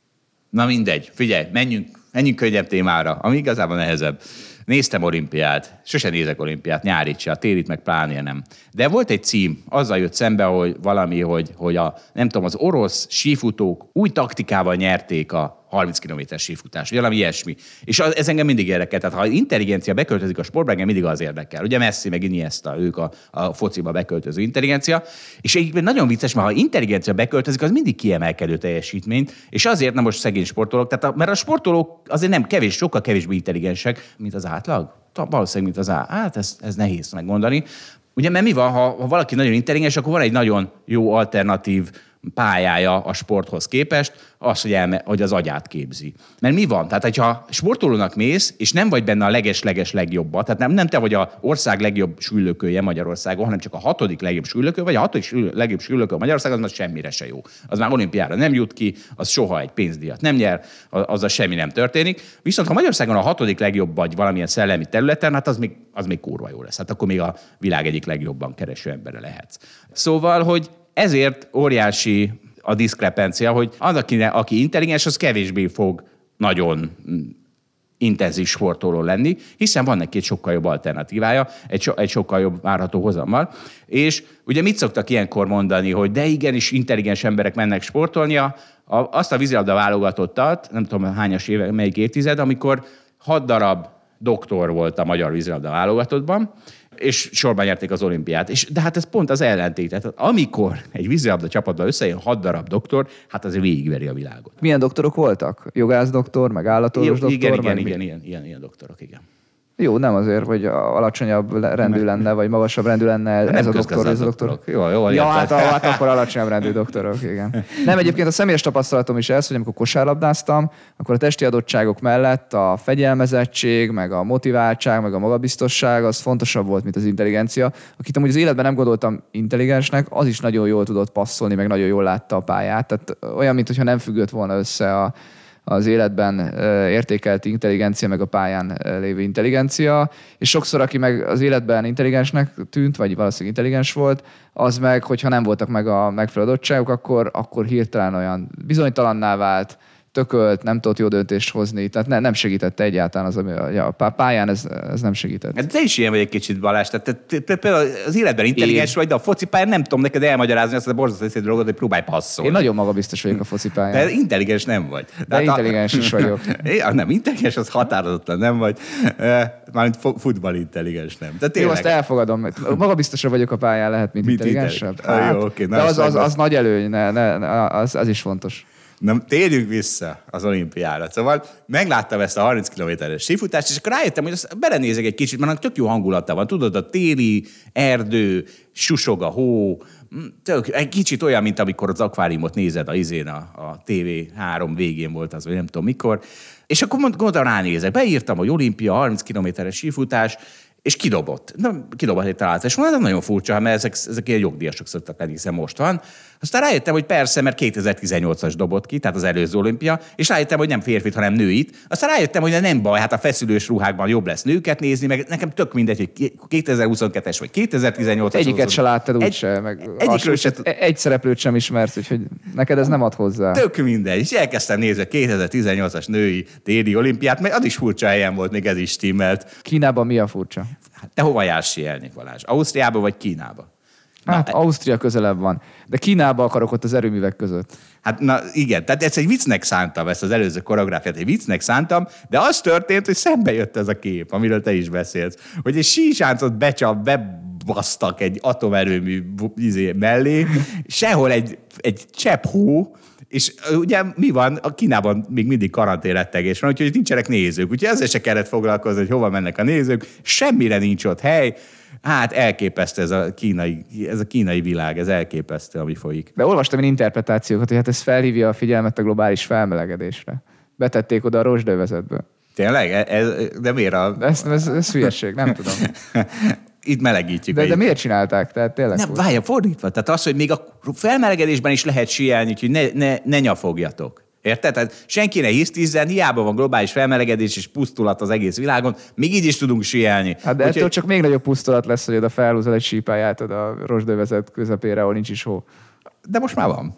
Na mindegy, figyelj, menjünk könnyebb témára, ami igazából nehezebb. Néztem olimpiát, sose nézek olimpiát, nyárit se, a télit meg pláne nem. De volt egy cím, azzal jött szembe, hogy valami, hogy nem tudom, az orosz sífutók új taktikával nyerték a 30 km-es sífutás, vagy valami ilyesmi. És ez engem mindig érdekel. Tehát ha intelligencia beköltözik a sportba, engem mindig az érdekel. Ugye Messi, meg Iniesta, ők a fociba beköltöző intelligencia. És egyébként nagyon vicces, mert ha intelligencia beköltözik, az mindig kiemelkedő teljesítményt. És azért nem most szegény sportolók, mert a sportolók azért nem sokkal kevésbé intelligensek, mint az átlag. Valószínűleg, mint az átlag. Hát ez nehéz megmondani. Ugye, mert mi van, ha valaki nagyon intelligens, akkor van egy nagyon jó alternatív pályája a sporthoz képest, az, hogy az agyát képzi. Mert mi van? Tehát, hogyha sportolónak mész, és nem vagy benne a leges legjobba, tehát nem te vagy az ország legjobb süllőkője Magyarországon, hanem csak a 6. legjobb süllőkő, vagy a 6. legjobb süllőkő Magyarországon, az semmire se jó. Az már olimpiára nem jut ki, az soha egy pénzdíjat nem nyer, azzal semmi nem történik. Viszont ha Magyarországon a 6. legjobb vagy valamilyen szellemi területen, hát az még kurva jó lesz. Hát akkor még a világ egyik legjobban kereső embere lehetsz. Szóval, hogy ezért óriási a diszkrepencia, hogy az, aki intelligens, az kevésbé fog nagyon intenzív sportoló lenni, hiszen van neki egy sokkal jobb alternatívája, egy sokkal jobb várható hozammal. És ugye mit szoktak ilyenkor mondani, hogy de igenis intelligens emberek mennek sportolnia, azt a vízilabda válogatottat, nem tudom hányas éve, melyik évtized, amikor 6 darab doktor volt a magyar vízilabda válogatottban, és sorban nyerték az olimpiát. De hát ez pont az ellentét. Tehát amikor egy vízilabda csapatban összejön 6 darab doktor, hát az végigveri a világot. Milyen doktorok voltak? Jogász doktor, meg állatorvos doktor? Igen, ilyen doktorok, igen. Jó, nem azért, hogy alacsonyabb rendű lenne, vagy magasabb rendű lenne ez a doktor, ez a doktor. Jó, ja, hát akkor alacsonyabb rendű doktorok, igen. Nem, egyébként a személyes tapasztalatom is ez, hogy amikor kosárlabdáztam, akkor a testi adottságok mellett a fegyelmezettség, meg a motiváltság, meg a magabiztosság az fontosabb volt, mint az intelligencia. Akit amúgy az életben nem gondoltam intelligensnek, az is nagyon jól tudott passzolni, meg nagyon jól látta a pályát. Tehát olyan, mintha nem függött volna össze az életben értékelt intelligencia, meg a pályán lévő intelligencia, és sokszor, aki meg az életben intelligensnek tűnt, vagy valószínűleg intelligens volt, az meg, hogyha nem voltak meg a megfelelő adottságok, akkor hirtelen olyan bizonytalanná vált, tökölt, nem tudott jó döntést hozni, tehát nem segítette egyáltalán az, ami a pályán ez nem segített. De te is ilyen vagy egy kicsit, Balázs, tehát te például az életben intelligens vagy, de a focipályán nem tudom neked elmagyarázni azt a borzasztó dolgot, hogy próbálj passzolni. Én nagyon magabiztos vagyok a focipályán. De intelligens nem vagy. De intelligens is vagyok. Nem, intelligens, az határozottan nem vagy. Mármint futballintelligens nem. De jó, azt elfogadom. Magabiztosra vagyok a pályán, lehet, mint intelligensebb. Hát, jó, okay, de az nagy előny, az is fontos. Na, térjünk vissza az olimpiára. Szóval megláttam ezt a 30 kilométeres sífutást, és akkor rájöttem, hogy belenézek egy kicsit, mert tök jó hangulata van. Tudod, a téli erdő, susog a hó, egy kicsit olyan, mint amikor az akváriumot nézed a TV3 végén volt az, vagy nem tudom mikor. És akkor gondolom ránézek. Beírtam, hogy olimpia, 30 kilométeres sífutás, és kidobott. Kidobott egy találat. És mondom, ez nagyon furcsa, mert ezek ilyen jogdíjasok szoktak lenni, hiszen most van. Aztán rájöttem, hogy persze, mert 2018-as dobott ki, tehát az előző olimpia, és rájöttem, hogy nem férfit, hanem nőit. Aztán rájöttem, hogy nem baj, hát a feszülős ruhákban jobb lesz nőket nézni, meg nekem tök mindegy, hogy 2022-es vagy 2018-as. Egyiket se láttad úgyse, meg egy szereplőt sem ismersz, úgyhogy neked ez nem ad hozzá. Tök mindegy. És elkezdtem nézni a 2018-as női téli olimpiát, mert az is furcsa helyen volt, még ez is stimmelt. Kínában mi a furcsa? Hát te hova jársz síelni, Balázs? Ausztriába vagy Kínába? Hát Ausztria közelebb van, de Kínába akarok ott az erőművek között. Hát na igen, tehát ezt egy viccnek szántam, ezt az előző koreográfiát egy viccnek szántam, de az történt, hogy szembe jött ez a kép, amiről te is beszélsz, hogy egy sísáncot bebasztak egy atomerőmű mellé, sehol egy csepp hó, és ugye mi van? A Kínában még mindig karanténrettegés van, úgyhogy nincsenek nézők. Úgyhogy ezzel se kellett foglalkozni, hogy hova mennek a nézők. Semmire nincs ott hely. Hát elképesztő ez a kínai világ, ez elképesztő, ami folyik. De olvastam én interpretációkat, hogy hát ez felhívja a figyelmet a globális felmelegedésre. Betették oda a rozsdövezetbe. Tényleg? De miért Ez hülyeség, nem tudom. Itt melegítjük. De miért csinálták? Tehát tényleg nem, várja, fordítva. Tehát az, hogy még a felmelegedésben is lehet síelni, úgyhogy ne nyafogjatok. Érted? Tehát senki ne hisztizzen, hiába van globális felmelegedés és pusztulat az egész világon, még így is tudunk síelni. Hát de ettől csak még nagyobb pusztulat lesz, hogy oda felhúzol egy sípáját a rozsdövezet közepére, ahol nincs is hó. De most már van.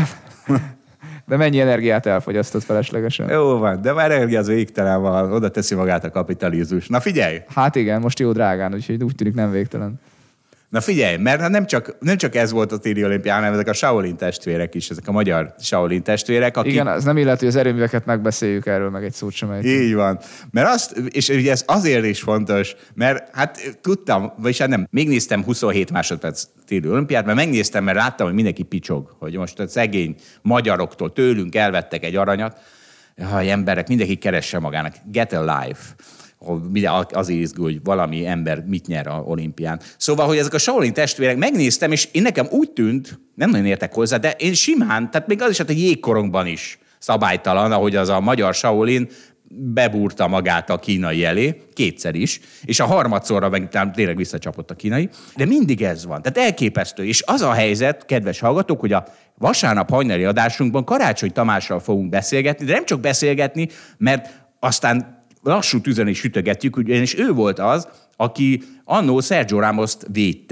De mennyi energiát elfogyasztott feleslegesen? Jó van, de már energia az végtelen van, oda teszi magát a kapitalizmus. Na figyelj! Hát igen, most jó drágán, úgyhogy úgy tűnik nem végtelen. Na figyelj, mert nem csak ez volt a téli olimpián, hanem ezek a Shaolin testvérek is, ezek a magyar Shaolin testvérek, akik... Igen, az nem illet, hogy az erőműveket megbeszéljük erről, meg egy szót sem ejtünk. Így van. És ugye ez azért is fontos, mert hát tudtam, vagyis hát nem, még néztem 27 másodperc téli olimpiát, mert megnéztem, mert láttam, hogy mindenki picsog, hogy most a szegény magyaroktól tőlünk elvettek egy aranyat, hogy emberek, mindenki keresse magának. Get a life. Azért izgul, hogy valami ember mit nyer a olimpián. Szóval, hogy ezek a Shaolin testvérek, megnéztem, és én nekem úgy tűnt, nem nagyon értek hozzá, de én simán, tehát még az is, hát a jégkorongban is szabálytalan, ahogy az a magyar Shaolin bebúrta magát a kínai elé, kétszer is, és a harmadszorra meg tényleg visszacsapott a kínai, de mindig ez van. Tehát elképesztő. És az a helyzet, kedves hallgatók, hogy a vasárnap hajnali adásunkban Karácsony Tamással fogunk beszélgetni, de nem csak beszélgetni, mert aztán lassú tüzen is sütögetjük, ugyanis ő volt az, aki annó Sergio Ramoszt védte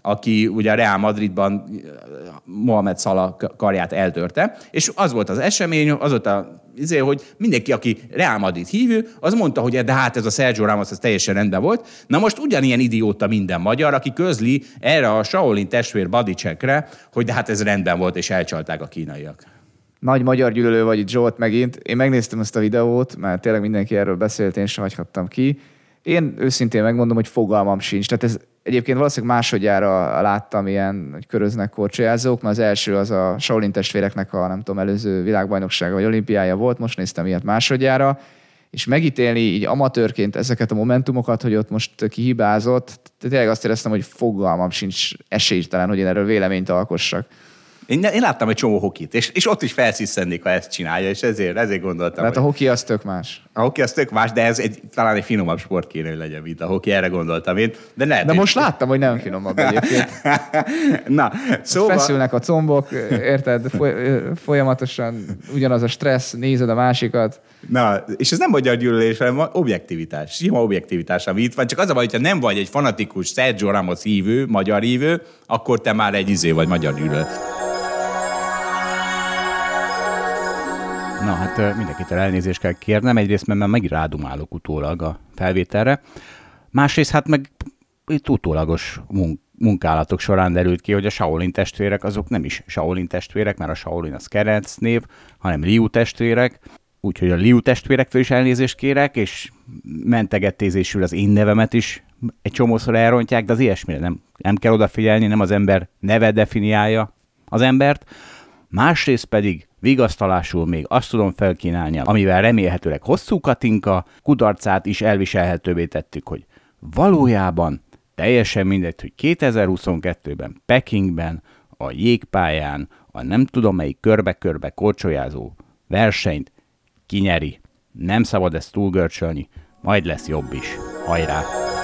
aki ugye a Real Madridban Mohamed Salah karját eltörte, és az volt az esemény, az volt hogy mindenki, aki Real Madrid hívő, az mondta, hogy de hát ez a Sergio Ramos, ez teljesen rendben volt. Na most ugyanilyen idióta minden magyar, aki közli erre a Shaolin testvér Badicsekre, hogy de hát ez rendben volt, és elcsalták a kínaiak. Nagy magyar gyűlölő vagy itt Zsolt megint. Én megnéztem ezt a videót, mert tényleg mindenki erről beszélt, én sem hagyhattam ki. Én őszintén megmondom, hogy fogalmam sincs. Tehát ez egyébként valószínűleg másodjára láttam ilyen, hogy köröznek korcsolyázók, mert az első az a Shaolin testvéreknek a nem tudom, előző világbajnoksága vagy olimpiája volt, most néztem ilyet másodjára, és megítélni így amatőrként ezeket a momentumokat, hogy ott most kihibázott, tényleg azt éreztem, hogy fogalmam sincs esélytelen, hogy én erről véleményt alkossak. Én láttam egy csomó hokit, és ott is felsziszennék, ha ezt csinálja, és ezért gondoltam. Tehát hogy... a hoki az tök más. A hoki az tök más, de ez talán egy finomabb sport kéne, hogy legyen, mint a hoki, erre gondoltam én. De most láttam, hogy nem finomabb egyébként. Na, szóval... Feszülnek a combok, érted, folyamatosan ugyanaz a stressz, nézed a másikat. Na, és ez nem magyar gyűlölés, hanem objektivitás. Sima objektivitás, ami itt van. Csak az a baj, hogyha nem vagy egy fanatikus Sergio Ramos hívő, magyar hívő, akkor te már egy vagy magyar gyűlöl. Na, hát mindenkitől elnézést kell kérnem. Egyrészt, mert már megint rádumálok utólag a felvételre. Másrészt, hát meg itt utólagos munkálatok során derült ki, hogy a Shaolin testvérek azok nem is Shaolin testvérek, mert a Shaolin az keresztnév, hanem Liu testvérek. Úgyhogy a Liu testvérektől is elnézést kérek, és mentegettézésül az én nevemet is egy csomószor elrontják, de az ilyesmire nem kell odafigyelni, nem az ember neve definiálja az embert. Másrészt pedig vigasztalásul még azt tudom felkínálni, amivel remélhetőleg hosszú Katinka kudarcát is elviselhetővé tettük, hogy valójában teljesen mindegy, hogy 2022-ben Pekingben, a jégpályán, a nem tudom melyik körbe-körbe korcsolyázó versenyt kinyeri. Nem szabad ezt túlgörcsölni, majd lesz jobb is. Hajrá!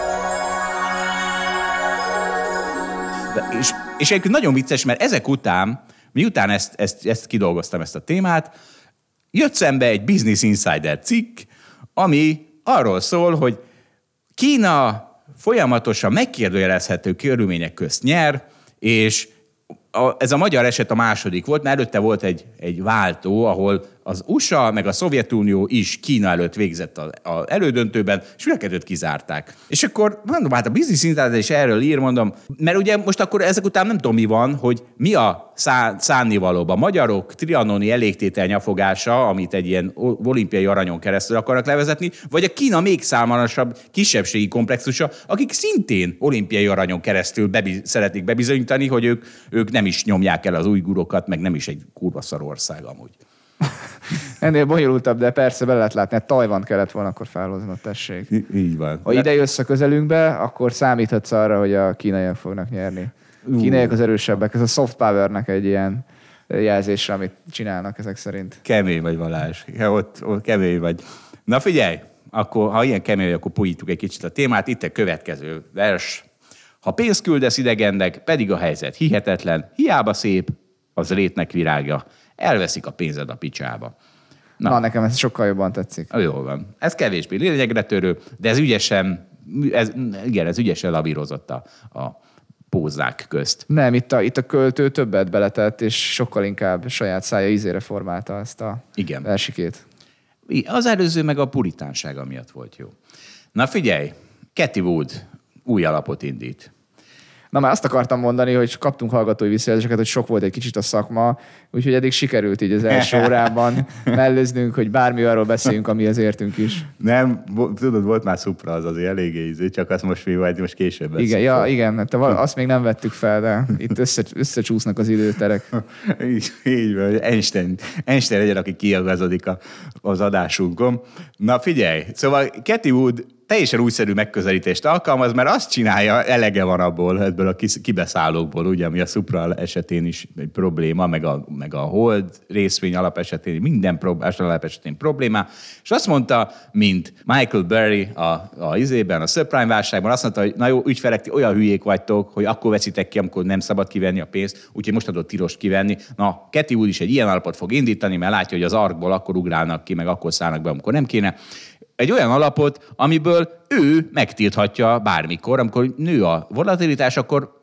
És egyébként nagyon vicces, mert ezek után, miután ezt kidolgoztam, ezt a témát, jött szembe egy Business Insider cikk, ami arról szól, hogy Kína folyamatosan megkérdőjelezhető körülmények közt nyer, és ez a magyar eset a második volt, mert előtte volt egy váltó, ahol az USA meg a Szovjetunió is Kína előtt végzett az elődöntőben, és mindkettőt kizárták. És akkor mondom, hát a Business Insider is erről ír, mondom, mert ugye most akkor ezek után nem tudom mi van, hogy mi a szánnivalóban. Magyarok trianoni elégtétel nyafogása, amit egy ilyen olimpiai aranyon keresztül akarnak levezetni, vagy a Kína még szálmanosabb kisebbségi komplexusa, akik szintén olimpiai aranyon keresztül szeretnék bebizonyítani, hogy ők nem is nyomják el az ujgurokat, meg nem is egy kurva szar ország amúgy. Ennél bonyolultabb, de persze be lehet látni, Tajvant kellett volna akkor felhoznod, tessék. Így van. Ha ide jössz a közelünkbe, akkor számíthatsz arra, hogy a kínaiak fognak nyerni. Kínaiak az erősebbek. Ez a soft powernek egy ilyen jelzésre, amit csinálnak ezek szerint. Kemény vagy, Balázs. Ott kemény vagy. Na figyelj, akkor, ha ilyen kemény, akkor puhítuk egy kicsit a témát. Itt a következő vers. Ha pénzt küldesz idegennek, pedig a helyzet hihetetlen, hiába szép, az rétnek virágja. Elveszik a pénzed a picsába. Na, nekem ez sokkal jobban tetszik. Jól van. Ez kevésbé lényegre törő, de ez ügyesen lavírozott a pózzák közt. Nem, itt a költő többet beletett, és sokkal inkább saját szája ízére formálta ezt a versikét. Az előző meg a puritánsága miatt volt jó. Na figyelj, Cathy Wood új alapot indít. Na már azt akartam mondani, hogy kaptunk hallgatói visszajelzéseket, hogy sok volt egy kicsit a szakma, úgyhogy eddig sikerült így az első órában mellőznünk, hogy bármi arról beszéljünk, amihez értünk is. Nem, tudod, volt már Supra az azért eléggé ízű, csak azt most később beszélünk. Igen, azt még nem vettük fel, de itt összecsúsznak az időterek. így van, Einstein legyen, aki kiagazodik az adásunkon. Na figyelj, szóval Cathy Wood teljesen újszerű megközelítést alkalmaz, mert azt csinálja, elege van ebből a kibeszállókból, ugye, ami a Supra esetén is egy probléma, meg a Hold részvény alap esetén, minden alap esetén probléma, és azt mondta, mint Michael Burry a subprime válságban, azt mondta, hogy na jó, ügyfelek, ti olyan hülyék vagytok, hogy akkor veszitek ki, amikor nem szabad kivenni a pénzt, úgyhogy most adott tilost kivenni. Na, Cathy Wood is egy ilyen alapot fog indítani, mert látja, hogy az arkból akkor ugrálnak ki, meg akkor szállnak be, amikor nem kéne. Egy olyan alapot, amiből ő megtilthatja bármikor, amikor nő a volatilitás, akkor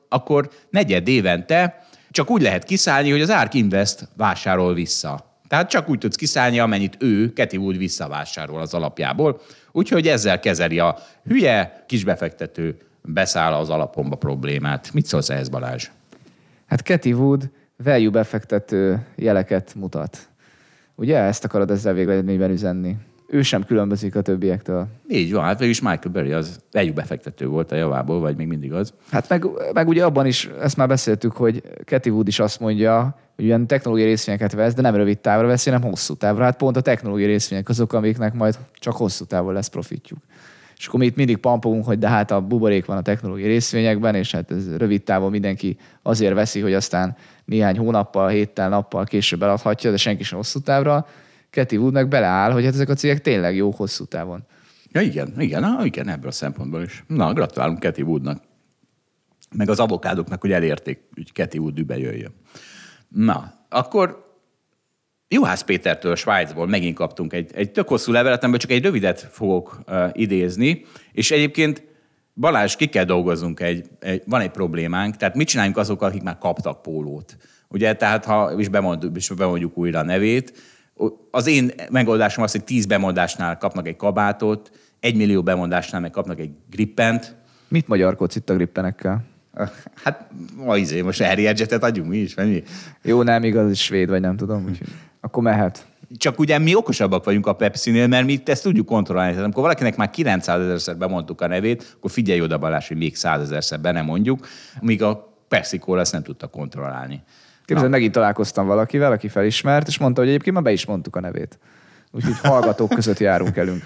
akkor negyed évente csak úgy lehet kiszállni, hogy az ARK Invest vásárol vissza. Tehát csak úgy tudsz kiszállni, amennyit ő, Cathie Wood visszavásárol az alapjából. Úgyhogy ezzel kezeli a hülye kisbefektető beszáll az alapomba problémát. Mit szólsz ehhez, Balázs? Hát Cathie Wood value befektető jeleket mutat. Ugye ezt akarod ezzel végeredményben üzenni? Ő sem különbözik a többiektől. Így van, hát végülis Michael Burry az value befektető volt a javából, vagy még mindig az. Hát meg ugye abban is, ezt már beszéltük, hogy Cathie Wood is azt mondja, hogy ilyen technológiai részvényeket vesz, de nem rövid távra veszi, hanem hosszú távra. Hát pont a technológiai részvények azok, amiknek majd csak hosszú távon lesz profitjuk. És akkor mi itt mindig pampogunk, hogy de hát a buborék van a technológiai részvényekben, és hát ez rövid távon mindenki azért veszi, hogy aztán néhány hónappal, héttel, nappal később eladhatja, de senki sem hosszú távra. Cathie Wood meg beleáll, hogy hát ezek a cégek tényleg jó hosszú távon. Ja, igen, ebből a szempontból is. Na, gratulálunk Cathie Woodnak. Meg az avokádoknak, hogy elérték, hogy Cathie Wood dübe jöjjön. Na, akkor Juhász Pétertől Svájcból megint kaptunk egy tök hosszú levelet, amiből csak egy rövidet fogok idézni, és egyébként Balázs, ki kell dolgoznunk, van egy problémánk, tehát mit csináljunk azokkal, akik már kaptak pólót? Ugye, tehát ha is bemondjuk újra a nevét, az én megoldásom az, hogy 10 bemondásnál kapnak egy kabátot, 1 millió bemondásnál meg kapnak egy grippent. Mit magyarkodsz itt a grippenekkel? Hát most Harry Edgetet adjunk mi is, vagy mi? Jó, nem igaz, svéd, vagy nem tudom, úgyhogy akkor mehet. Csak ugye mi okosabbak vagyunk a Pepsi-nél, mert mi ezt tudjuk kontrollálni. Tehát amikor valakinek már 900 000-szer bemondtuk a nevét, akkor figyelj oda, Balázs, hogy még 100 000-szer be nem mondjuk, míg a Pepsi-Cola ezt nem tudta kontrollálni. Képzeld, megint találkoztam valakivel, aki felismert, és mondta, hogy egyébként már be is mondtuk a nevét. Úgyhogy hallgatók között járunk elünk.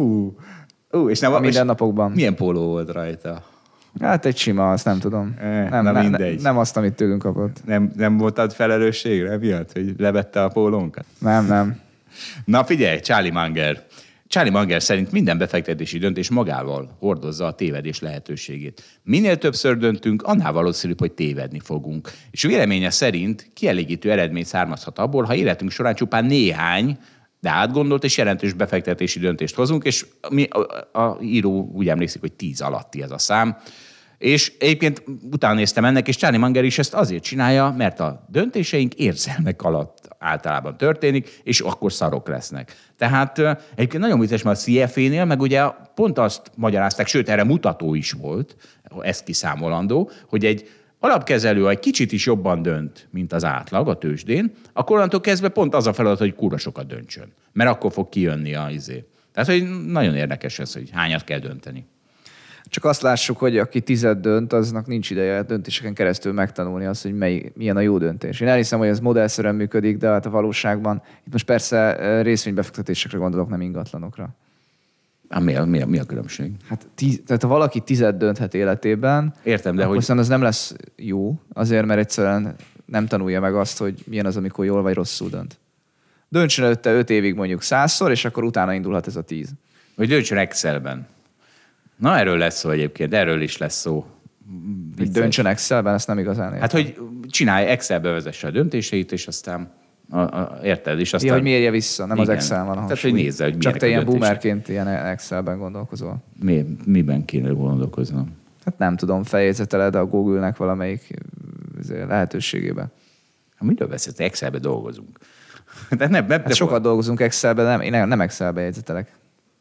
És nem, a mindennapokban. Milyen póló volt rajta? Hát egy sima, azt nem tudom. Nem azt, amit tőlünk kapott. Nem voltad felelősségre miatt, hogy levette a pólónkat? Nem. Na figyelj, Charlie Munger. Charlie Munger szerint minden befektetési döntés magával hordozza a tévedés lehetőségét. Minél többször döntünk, annál valószínűbb, hogy tévedni fogunk. És véleménye szerint kielégítő eredmény származhat abból, ha életünk során csupán néhány, de átgondolt és jelentős befektetési döntést hozunk, és a író úgy emlékszik, hogy 10 alatti ez a szám. És egyébként utána néztem ennek, és Charlie Munger is ezt azért csinálja, mert a döntéseink érzelmek alatt általában történik, és akkor szarok lesznek. Tehát egyébként nagyon vicces, mert a CFA-nél meg ugye pont azt magyarázták, sőt, erre mutató is volt, ezt kiszámolandó, hogy egy alapkezelő, ha egy kicsit is jobban dönt, mint az átlag a tőzsdén, akkor onnantól kezdve pont az a feladat, hogy kurva sokat döntsön. Mert akkor fog kijönni a izé. Tehát, hogy nagyon érdekes ez, hogy hányat kell dönteni. Csak azt lássuk, hogy aki 10 dönt, aznak nincs ideje döntéseken keresztül megtanulni azt, hogy milyen a jó döntés. Én elhiszem, hogy ez modellszerűen működik, de hát a valóságban, itt most persze részvénybefektetésekre gondolok, nem ingatlanokra. Mi a különbség? Hát tehát ha valaki 10 dönthet életében, értem, de akkor hogy... az nem lesz jó, azért, mert egyszerűen nem tanulja meg azt, hogy milyen az, amikor jól vagy rosszul dönt. Döntsön előtte 5 évig mondjuk 100-szor, és akkor utána indulhat ez a 10. Vagy döntsön Excelben. Na, erről lesz szó egyébként, erről is lesz szó. Hogy döntsön Excelben, ezt nem igazán értem. Hát, hogy csinálj, Excelbe vezesse a döntéseit, és aztán érted? És aztán... Ja, hogy mérje vissza, nem igen. Az Excel van a tehát, hogy nézze, hogy csak te ilyen döntések. boomerként ilyen Excelben gondolkozol. Miben kéne gondolkoznom? Hát nem tudom, feljegyzeteled a Google-nek valamelyik lehetőségében. Miről beszélsz? Excelbe dolgozunk. Hát sokat dolgozunk Excelben, de én nem Excelbe jegyzetelek.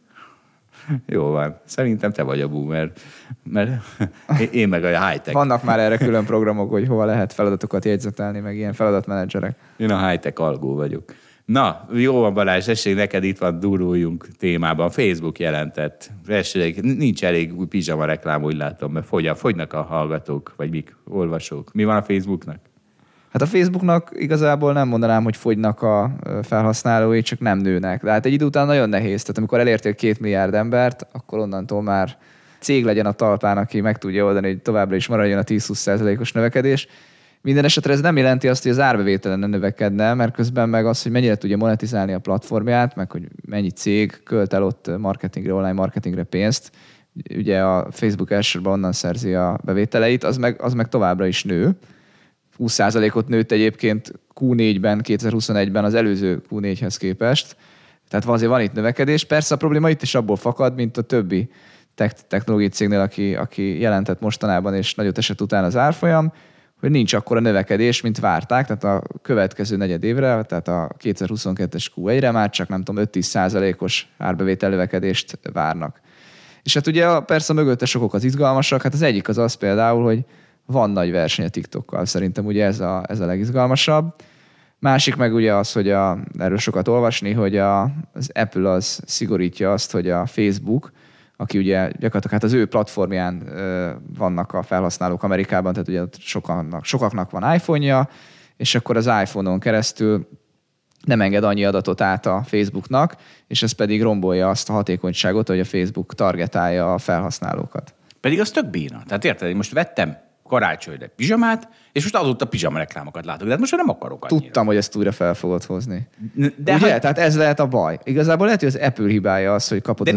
Jó van. Szerintem te vagy a boomer, mert én meg a high-tech. Vannak már erre külön programok, hogy hova lehet feladatokat jegyzetelni, meg ilyen feladatmenedzserek. Én a high-tech algó vagyok. Na, jó van, Balázs, essék, neked itt van, duruljunk témában. Facebook jelentett. Essék, nincs elég új pizsama reklám, úgy látom, mert fogynak a hallgatók, vagy mik, olvasók. Mi van a Facebooknak? Hát a Facebooknak igazából nem mondanám, hogy fogynak a felhasználói, csak nem nőnek. De hát egy idő után nagyon nehéz. Tehát amikor elértél 2 milliárd embert, akkor onnantól már cég legyen a talpán, aki meg tudja oldani, hogy továbbra is maradjon a 10-20%-os növekedés. Minden esetre ez nem jelenti azt, hogy az árbevételen ne növekedne, mert közben meg az, hogy mennyire tudja monetizálni a platformját, meg hogy mennyi cég költ el ott marketingre, online marketingre pénzt. Ugye a Facebook elsősorban onnan szerzi a bevételeit, az meg továbbra is nő. 20%-ot nőtt egyébként Q4-ben, 2021-ben az előző Q4-hez képest. Tehát azért van itt növekedés. Persze a probléma itt is abból fakad, mint a többi technológiai cégnél, aki jelentett mostanában, és nagyot esett utána az árfolyam, hogy nincs akkora növekedés, mint várták, tehát a következő negyed évre, tehát a 2022-es Q1-re már csak nem tudom, 5-10%-os árbevétel növekedést várnak. És hát ugye persze mögötte sokok az izgalmasak, hát az egyik az például, hogy van nagy verseny a TikTokkal, szerintem ugye ez a legizgalmasabb. Másik meg ugye az, hogy erről sokat olvasni, hogy az Apple az szigorítja azt, hogy a Facebook, aki ugye gyakorlatilag hát az ő platformján vannak a felhasználók Amerikában, tehát ugye sokaknak van iPhone-ja, és akkor az iPhone-on keresztül nem enged annyi adatot át a Facebooknak, és ez pedig rombolja azt a hatékonyságot, hogy a Facebook targetálja a felhasználókat. Pedig az tök bína. Tehát érted, én most vettem karácsonyra pizsamát, és most azóta pizsama reklámokat látok. De hát most nem akarok annyira. Tudtam, hogy ezt újra fel fogod hozni. De ugye? Tehát ez lehet a baj. Igazából lehet, hogy az Apple hibája az, hogy kapod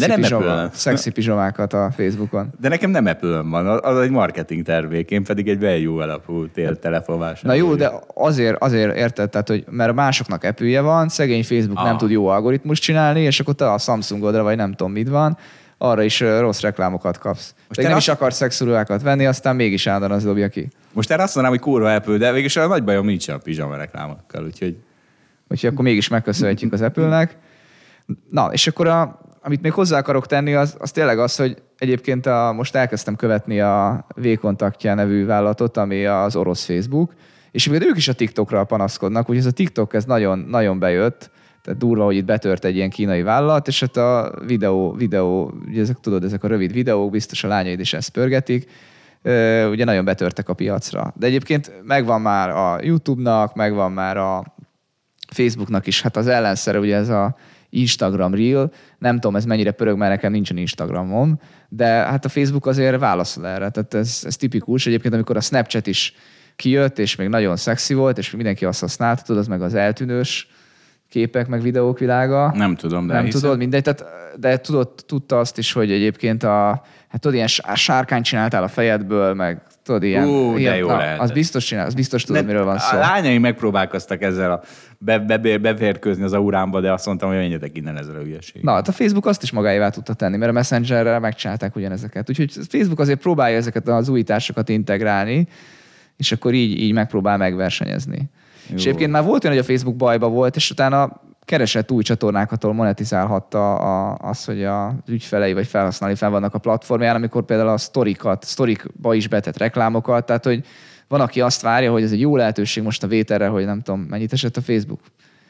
a szexi pizsamákat a Facebookon. De nekem nem Apple-ön van, az egy marketing termék, én pedig egy value alapú telefonvásárló. Na jó, de azért érted, tehát, hogy mert másoknak Apple-je van, szegény Facebook nem tud jó algoritmust csinálni, és akkor te a Samsungodra, vagy nem tudom mit van, arra is rossz reklámokat kapsz. Most nem is akarsz szexurulákat venni, aztán mégis állandóan az dobja ki. Most erre azt mondanám, hogy kurva Apple, de végülis a nagy bajom nincsen a pizsama reklámokkal, úgyhogy akkor mégis megköszönhetjük az Apple-nek. Na, és akkor amit még hozzá akarok tenni, az tényleg az, hogy egyébként most elkezdtem követni a V-Kontaktja nevű vállalatot, ami az orosz Facebook, és ők is a TikTokra panaszkodnak, úgyhogy ez a TikTok ez nagyon, nagyon bejött, tehát durva, hogy itt betört egy ilyen kínai vállalat, és hát a videó ugye ezek a rövid videók, biztos a lányaid is ezt pörgetik, ugye nagyon betörtek a piacra. De egyébként megvan már a YouTube-nak, megvan már a Facebooknak is, hát az ellenszere ugye ez a Instagram Reel, nem tudom, ez mennyire pörög, mert nekem nincsen Instagramom, de hát a Facebook azért válaszol erre, tehát ez tipikus. Egyébként amikor a Snapchat is kijött, és még nagyon szexi volt, és mindenki azt használta, tudod, az meg az eltűnős képek, meg videók világa. Nem tudom, de nem tudod, mindegy. De tudta azt is, hogy egyébként ilyen sárkányt csináltál a fejedből, meg tudod, ilyen de jó lehet. Az biztos tudod, miről van szó. A lányaim megpróbálkoztak ezzel beférkőzni az aurámba, de azt mondtam, hogy menjetek innen ezzel a hülyeség. Na, hát a Facebook azt is magáévá tudta tenni, mert a Messengerrel megcsinálták ugyanezeket. Úgyhogy a Facebook azért próbálja ezeket az újításokat integrálni, és akkor így megpróbál megversenyezni. Jó. És egyébként már volt olyan, hogy a Facebook bajba volt, és utána keresett új csatornákat, ahol monetizálhatta az, hogy az ügyfelei vagy felhasználói fel vannak a platformján, amikor például a sztorikba is betett reklámokat, tehát hogy van, aki azt várja, hogy ez egy jó lehetőség most a vételre, hogy nem tudom, mennyit esett a Facebook?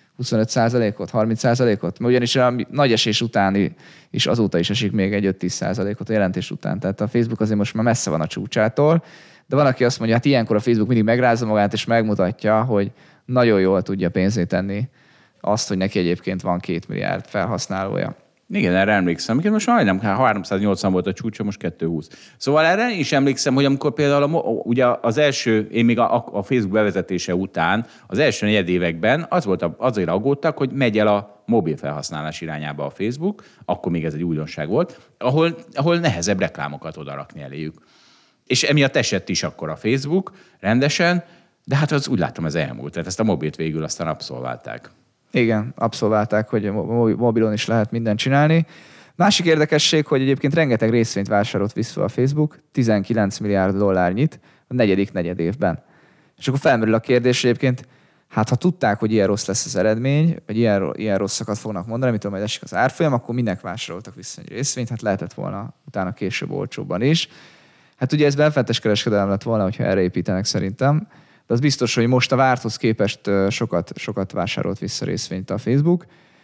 25%-ot, 30%-ot? Ugyanis a nagy esés után és azóta is esik még egy 5-10%-ot a jelentés után. Tehát a Facebook azért most már messze van a csúcsától, de van, aki azt mondja, hát ilyenkor a Facebook mindig megrázza magát, és megmutatja, hogy nagyon jól tudja pénzét tenni azt, hogy neki egyébként van 2 milliárd felhasználója. Igen, erre emlékszem. Most majdnem 380 volt a csúcsa, most 220. Szóval erre is emlékszem, hogy amikor például ugye az első, én még a Facebook bevezetése után, az első negyedévekben azért aggódtak, hogy megy el a mobil felhasználás irányába a Facebook, akkor még ez egy újdonság volt, ahol nehezebb reklámokat odarakni eléjük. És emiatt esett is akkor a Facebook rendesen, de hát az úgy látom, ez elmúlt. Tehát ezt a mobilt végül aztán abszolválták. Igen, abszolválták, hogy mobilon is lehet mindent csinálni. Másik érdekesség, hogy egyébként rengeteg részvényt vásárolt vissza a Facebook, 19 milliárd dollárnyit a negyedik negyedévben. És akkor felmerül a kérdés egyébként, hát ha tudták, hogy ilyen rossz lesz az eredmény, vagy ilyen rosszakat fognak mondani, amitől majd esik az árfolyam, akkor minek vásároltak vissza egy részvényt? Hát lehetett volna utána később olcsóbban is. Hát ugye ez benfentes kereskedelem lett volna, hogyha erre építenek szerintem. De az biztos, hogy most a várthoz képest sokat vásárolt vissza részvényt a Facebook.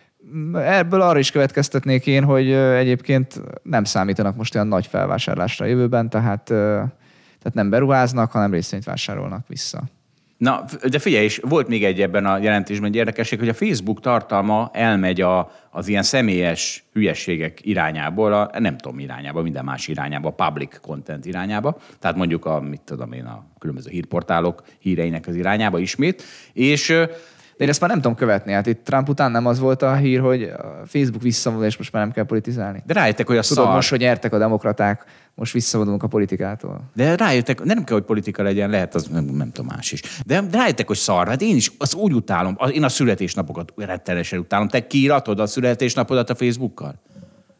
Ebből arra is következtetnék én, hogy egyébként nem számítanak most olyan nagy felvásárlásra a jövőben, tehát nem beruháznak, hanem részvényt vásárolnak vissza. Na, de figyelj, és volt még egy ebben a jelentésben egy érdekesség, hogy a Facebook tartalma elmegy az ilyen személyes hülyességek irányából, nem tudom irányába, minden más irányába, a public content irányába, tehát mondjuk a különböző hírportálok híreinek az irányába ismét, és de én ezt már nem tudom követni. Hát itt Trump után nem az volt a hír, hogy a Facebook visszavonul, és most már nem kell politizálni. De rájöttek, hogy Tudod, most, hogy nyertek a demokraták, most visszavonulunk a politikától. De rájöttek, nem kell, hogy politika legyen, lehet az nem tudom más is. De rájöttek, hogy szar. Hát én is azt úgy utálom, én a születésnapokat rettenesen utálom. Te kiíratod a születésnapodat a Facebookkal?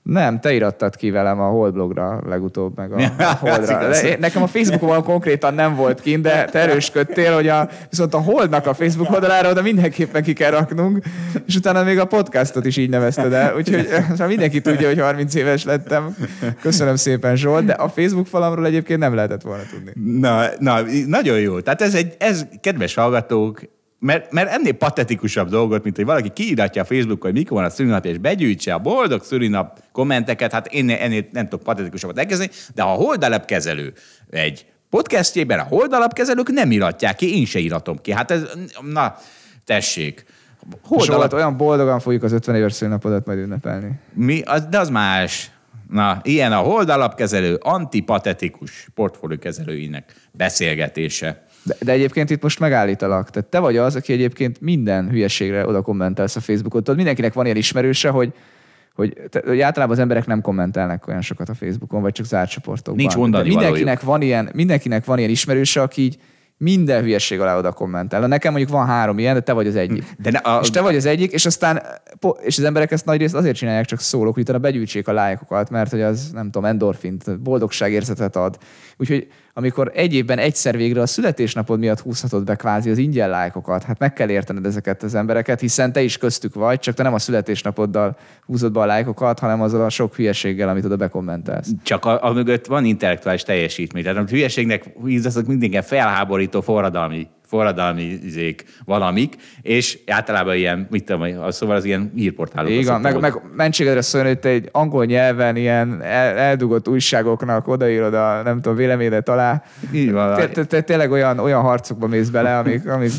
Nem, te irattad ki velem a Hold blogra legutóbb, meg a Holdra. Nekem a Facebookon konkrétan nem volt kint, de te erősködtél, hogy viszont a Holdnak a Facebook oldalára oda mindenképpen ki kell raknunk, és utána még a podcastot is így nevezted el. Úgyhogy mindenki tudja, hogy 30 éves lettem. Köszönöm szépen, Zsolt, de a Facebook falamról egyébként nem lehetett volna tudni. Na, nagyon jó. Tehát ez kedves hallgatók, mert ennél patetikusabb dolgot, mint hogy valaki kiíratja a Facebookon, hogy mikor van a szülinapja, és begyűjtse a boldog szülinap kommenteket, hát én ennél nem tudok patetikusabbat elkezdeni, de ha a Holdalapkezelő egy podcastjében a Holdalapkezelők nem iratják ki, én se iratom ki. Hát ez, na, tessék. Zsolt, olyan boldogan fogjuk az 50 éves szülinapodat majd ünnepelni. De az más. Na, ilyen a Holdalapkezelő antipatetikus portfóliókezelőinek beszélgetése. De egyébként itt most megállítalak. Tehát te vagy az, aki egyébként minden hülyeségre oda kommentelsz a Facebookon. Tudod, mindenkinek van ilyen ismerőse, hogy általában az emberek nem kommentelnek olyan sokat a Facebookon, vagy csak zárt csoportokban. Nincs mondani mindenkinek van ilyen ismerőse, aki így minden hülyeség alá oda kommentel. Nekem mondjuk van 3 ilyen, de te vagy az egyik. És te vagy az egyik, és aztán és az emberek ezt nagy részt azért csinálják, csak szólok, hogy utána begyűjtsék a lájkokat, mert hogy az, nem tudom, endorfint, boldogságérzetet ad. Úgyhogy amikor egy évben egyszer végre a születésnapod miatt húzhatod be kvázi az ingyen lájkokat, hát meg kell értened ezeket az embereket, hiszen te is köztük vagy, csak te nem a születésnapoddal húzod be a lájkokat, hanem azzal a sok hülyeséggel, amit oda bekommentelsz. Csak a mögött van intellektuális teljesítmény. Tehát a hülyeségnek hízaszok mindenki felháborító forradalmi valamik, és általában ilyen, mit tudom, szóval az ilyen hírportálok. Igen, meg mentségedre szólni, hogy te egy angol nyelven ilyen eldugott újságoknak odaírod a, nem tudom, véleményedet alá. Te tényleg olyan harcokba mész bele, amik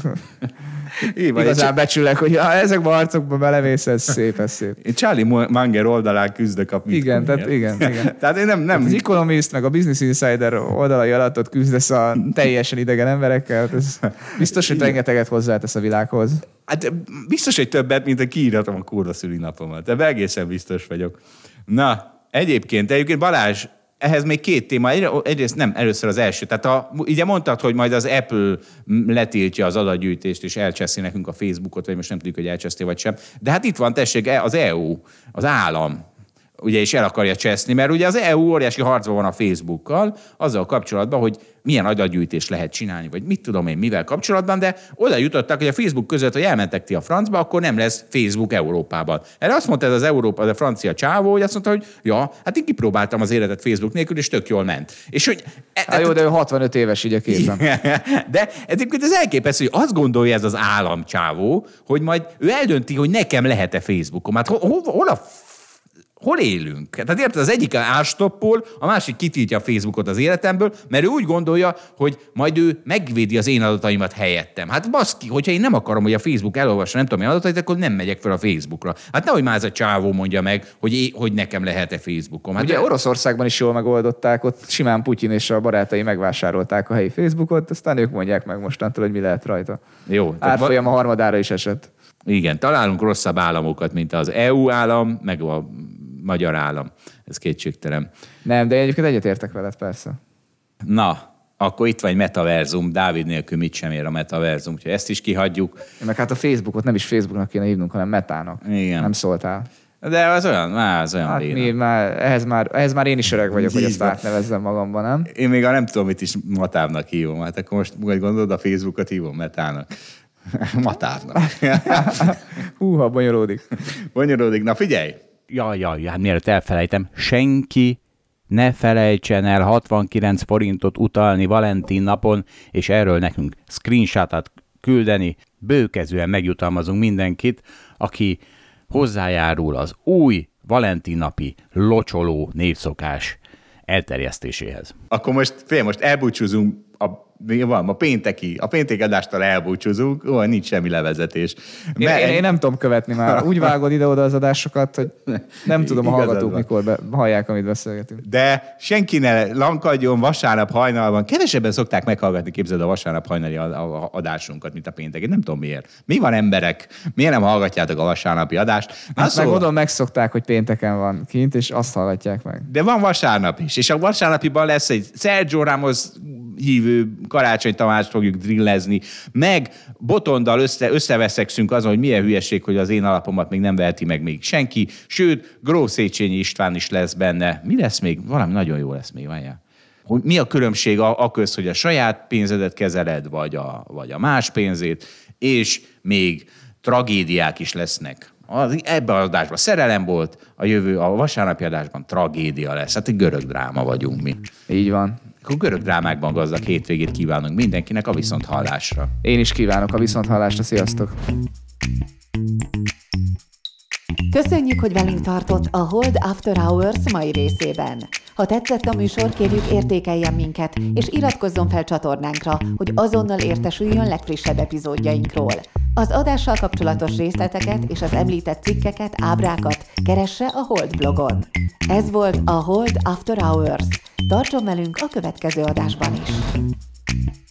igazán becsülek, hogy ezekben a harcokban belemész, ez szép. Én Charlie Munger oldalán küzdök a igen. Tehát én nem... Az Economist, meg a Business Insider oldalai alatt ott küzdesz a teljesen idegen emberekkel. Ez biztos, hogy rengeteget hozzátesz a világhoz. Hát biztos, hogy többet, mint a kiíratom a kurva szülinapomat. Ebben egészen biztos vagyok. Na, egyébként Balázs, ehhez még 2 téma. Egyrészt nem, először az első. Tehát ugye mondtad, hogy majd az Apple letiltja az adatgyűjtést, és elcseszi nekünk a Facebookot, vagy most nem tudjuk, hogy elcseszti vagy sem. De hát itt van, tessék, az EU, az állam, ugye is el akarja cseszni, mert ugye az EU óriási harcban van a Facebookkal, azzal kapcsolatban, hogy milyen adatgyűjtést lehet csinálni, vagy mit tudom én, mivel kapcsolatban, de oda jutottak, hogy a Facebook között, hogy elmentek ti a francba, akkor nem lesz Facebook Európában. Erre azt mondta ez a francia csávó, hogy azt mondta, hogy ja, hát én kipróbáltam az életet Facebook nélkül, és tök jól ment. És hogy... Jó, de ő 65 éves így a képen. De egyébként ez elképesztő, hogy azt gondolja ez az államcsávó, hogy majd ő eldönti, hogy nekem lehet-e Facebookom. Hát hol élünk? Tehát érted, az egyik árstoppol, a másik kitiltja a Facebookot az életemből, mert ő úgy gondolja, hogy majd ő megvédi az én adataimat helyettem. Hát baszki, hogyha én nem akarom, hogy a Facebook elolvassa, nem tudom, milyen adatait, akkor nem megyek fel a Facebookra. Hát nehogy már ez a csávó mondja meg, hogy nekem lehet-e Facebookom. Hát ugye Oroszországban is jól megoldották, ott simán Putyin és a barátai megvásárolták a helyi Facebookot, aztán ők mondják meg mostantól, hogy mi lehet rajta. Jó. Árfolyam a harmadára is esett. Igen, találunk rosszabb államokat, mint az EU állam, meg a magyar állam. Ez kétségtelen. Nem, de egyébként egyetértek veled, persze. Na, akkor itt van egy metaverzum. Dávid nélkül mit sem ér a metaverzum, úgyhogy ezt is kihagyjuk. Meg hát a Facebookot nem is Facebooknak kéne hívnunk, hanem Metának. Igen. Nem szóltál. De az olyan hát ehhez már én is öreg vagyok, hogy ezt átnevezzem magamban, nem? Én még nem tudom, mit is Matávnak hívom. Hát akkor most gondolod, a Facebookot hívom Metának. Matávnak. Húha, bonyolódik. Na figyelj! Jaj, hát mielőtt elfelejtem, senki ne felejtsen el 69 forintot utalni Valentin napon, és erről nekünk screenshotot küldeni. Bőkezően megjutalmazunk mindenkit, aki hozzájárul az új Valentin napi locsoló névszokás elterjesztéséhez. Akkor most elbúcsúzunk a pénteki adástól elbúcsúzunk, nincs semmi levezetés. Én nem tudom követni már. Úgy vágod ide-oda az adásokat, hogy nem tudom a hallgatók mikor hallják, amit beszélgetünk. De senki ne lankadjon vasárnap hajnalban. Kevesebben szokták meghallgatni, képzeld, a vasárnap hajnali adásunkat, mint a pénteki. Nem tudom miért. Mi van, emberek? Miért nem hallgatjátok a vasárnapi adást? Meg megszokták, hogy pénteken van kint, és azt hallgatják meg. De van vasárnap is. És a vasárnapiban lesz egy Sergio Ramos hívő Karácsony Tamást fogjuk drillezni, meg Botondal összeveszekszünk azon, hogy milyen hülyeség, hogy az én alapomat még nem veheti meg még senki, sőt, Gróf Széchenyi István is lesz benne. Mi lesz még? Valami nagyon jó lesz még, várjál. Hogy mi a különbség a köz, hogy a saját pénzedet kezeled, vagy a más pénzét, és még tragédiák is lesznek. Ebben az adásban szerelem volt, a vasárnapi adásban tragédia lesz. Hát egy görög dráma vagyunk mi. Így van. Akkor görög drámákban gazdag hétvégét kívánunk mindenkinek a viszonthallásra. Én is kívánok a viszonthallásra. Sziasztok! Köszönjük, hogy velünk tartott a Hold After Hours mai részében. Ha tetszett a műsor, kérjük értékeljen minket, és iratkozzon fel csatornánkra, hogy azonnal értesüljön legfrissebb epizódjainkról. Az adással kapcsolatos részleteket és az említett cikkeket, ábrákat keresse a Hold blogon. Ez volt a Hold After Hours. Tartson velünk a következő adásban is!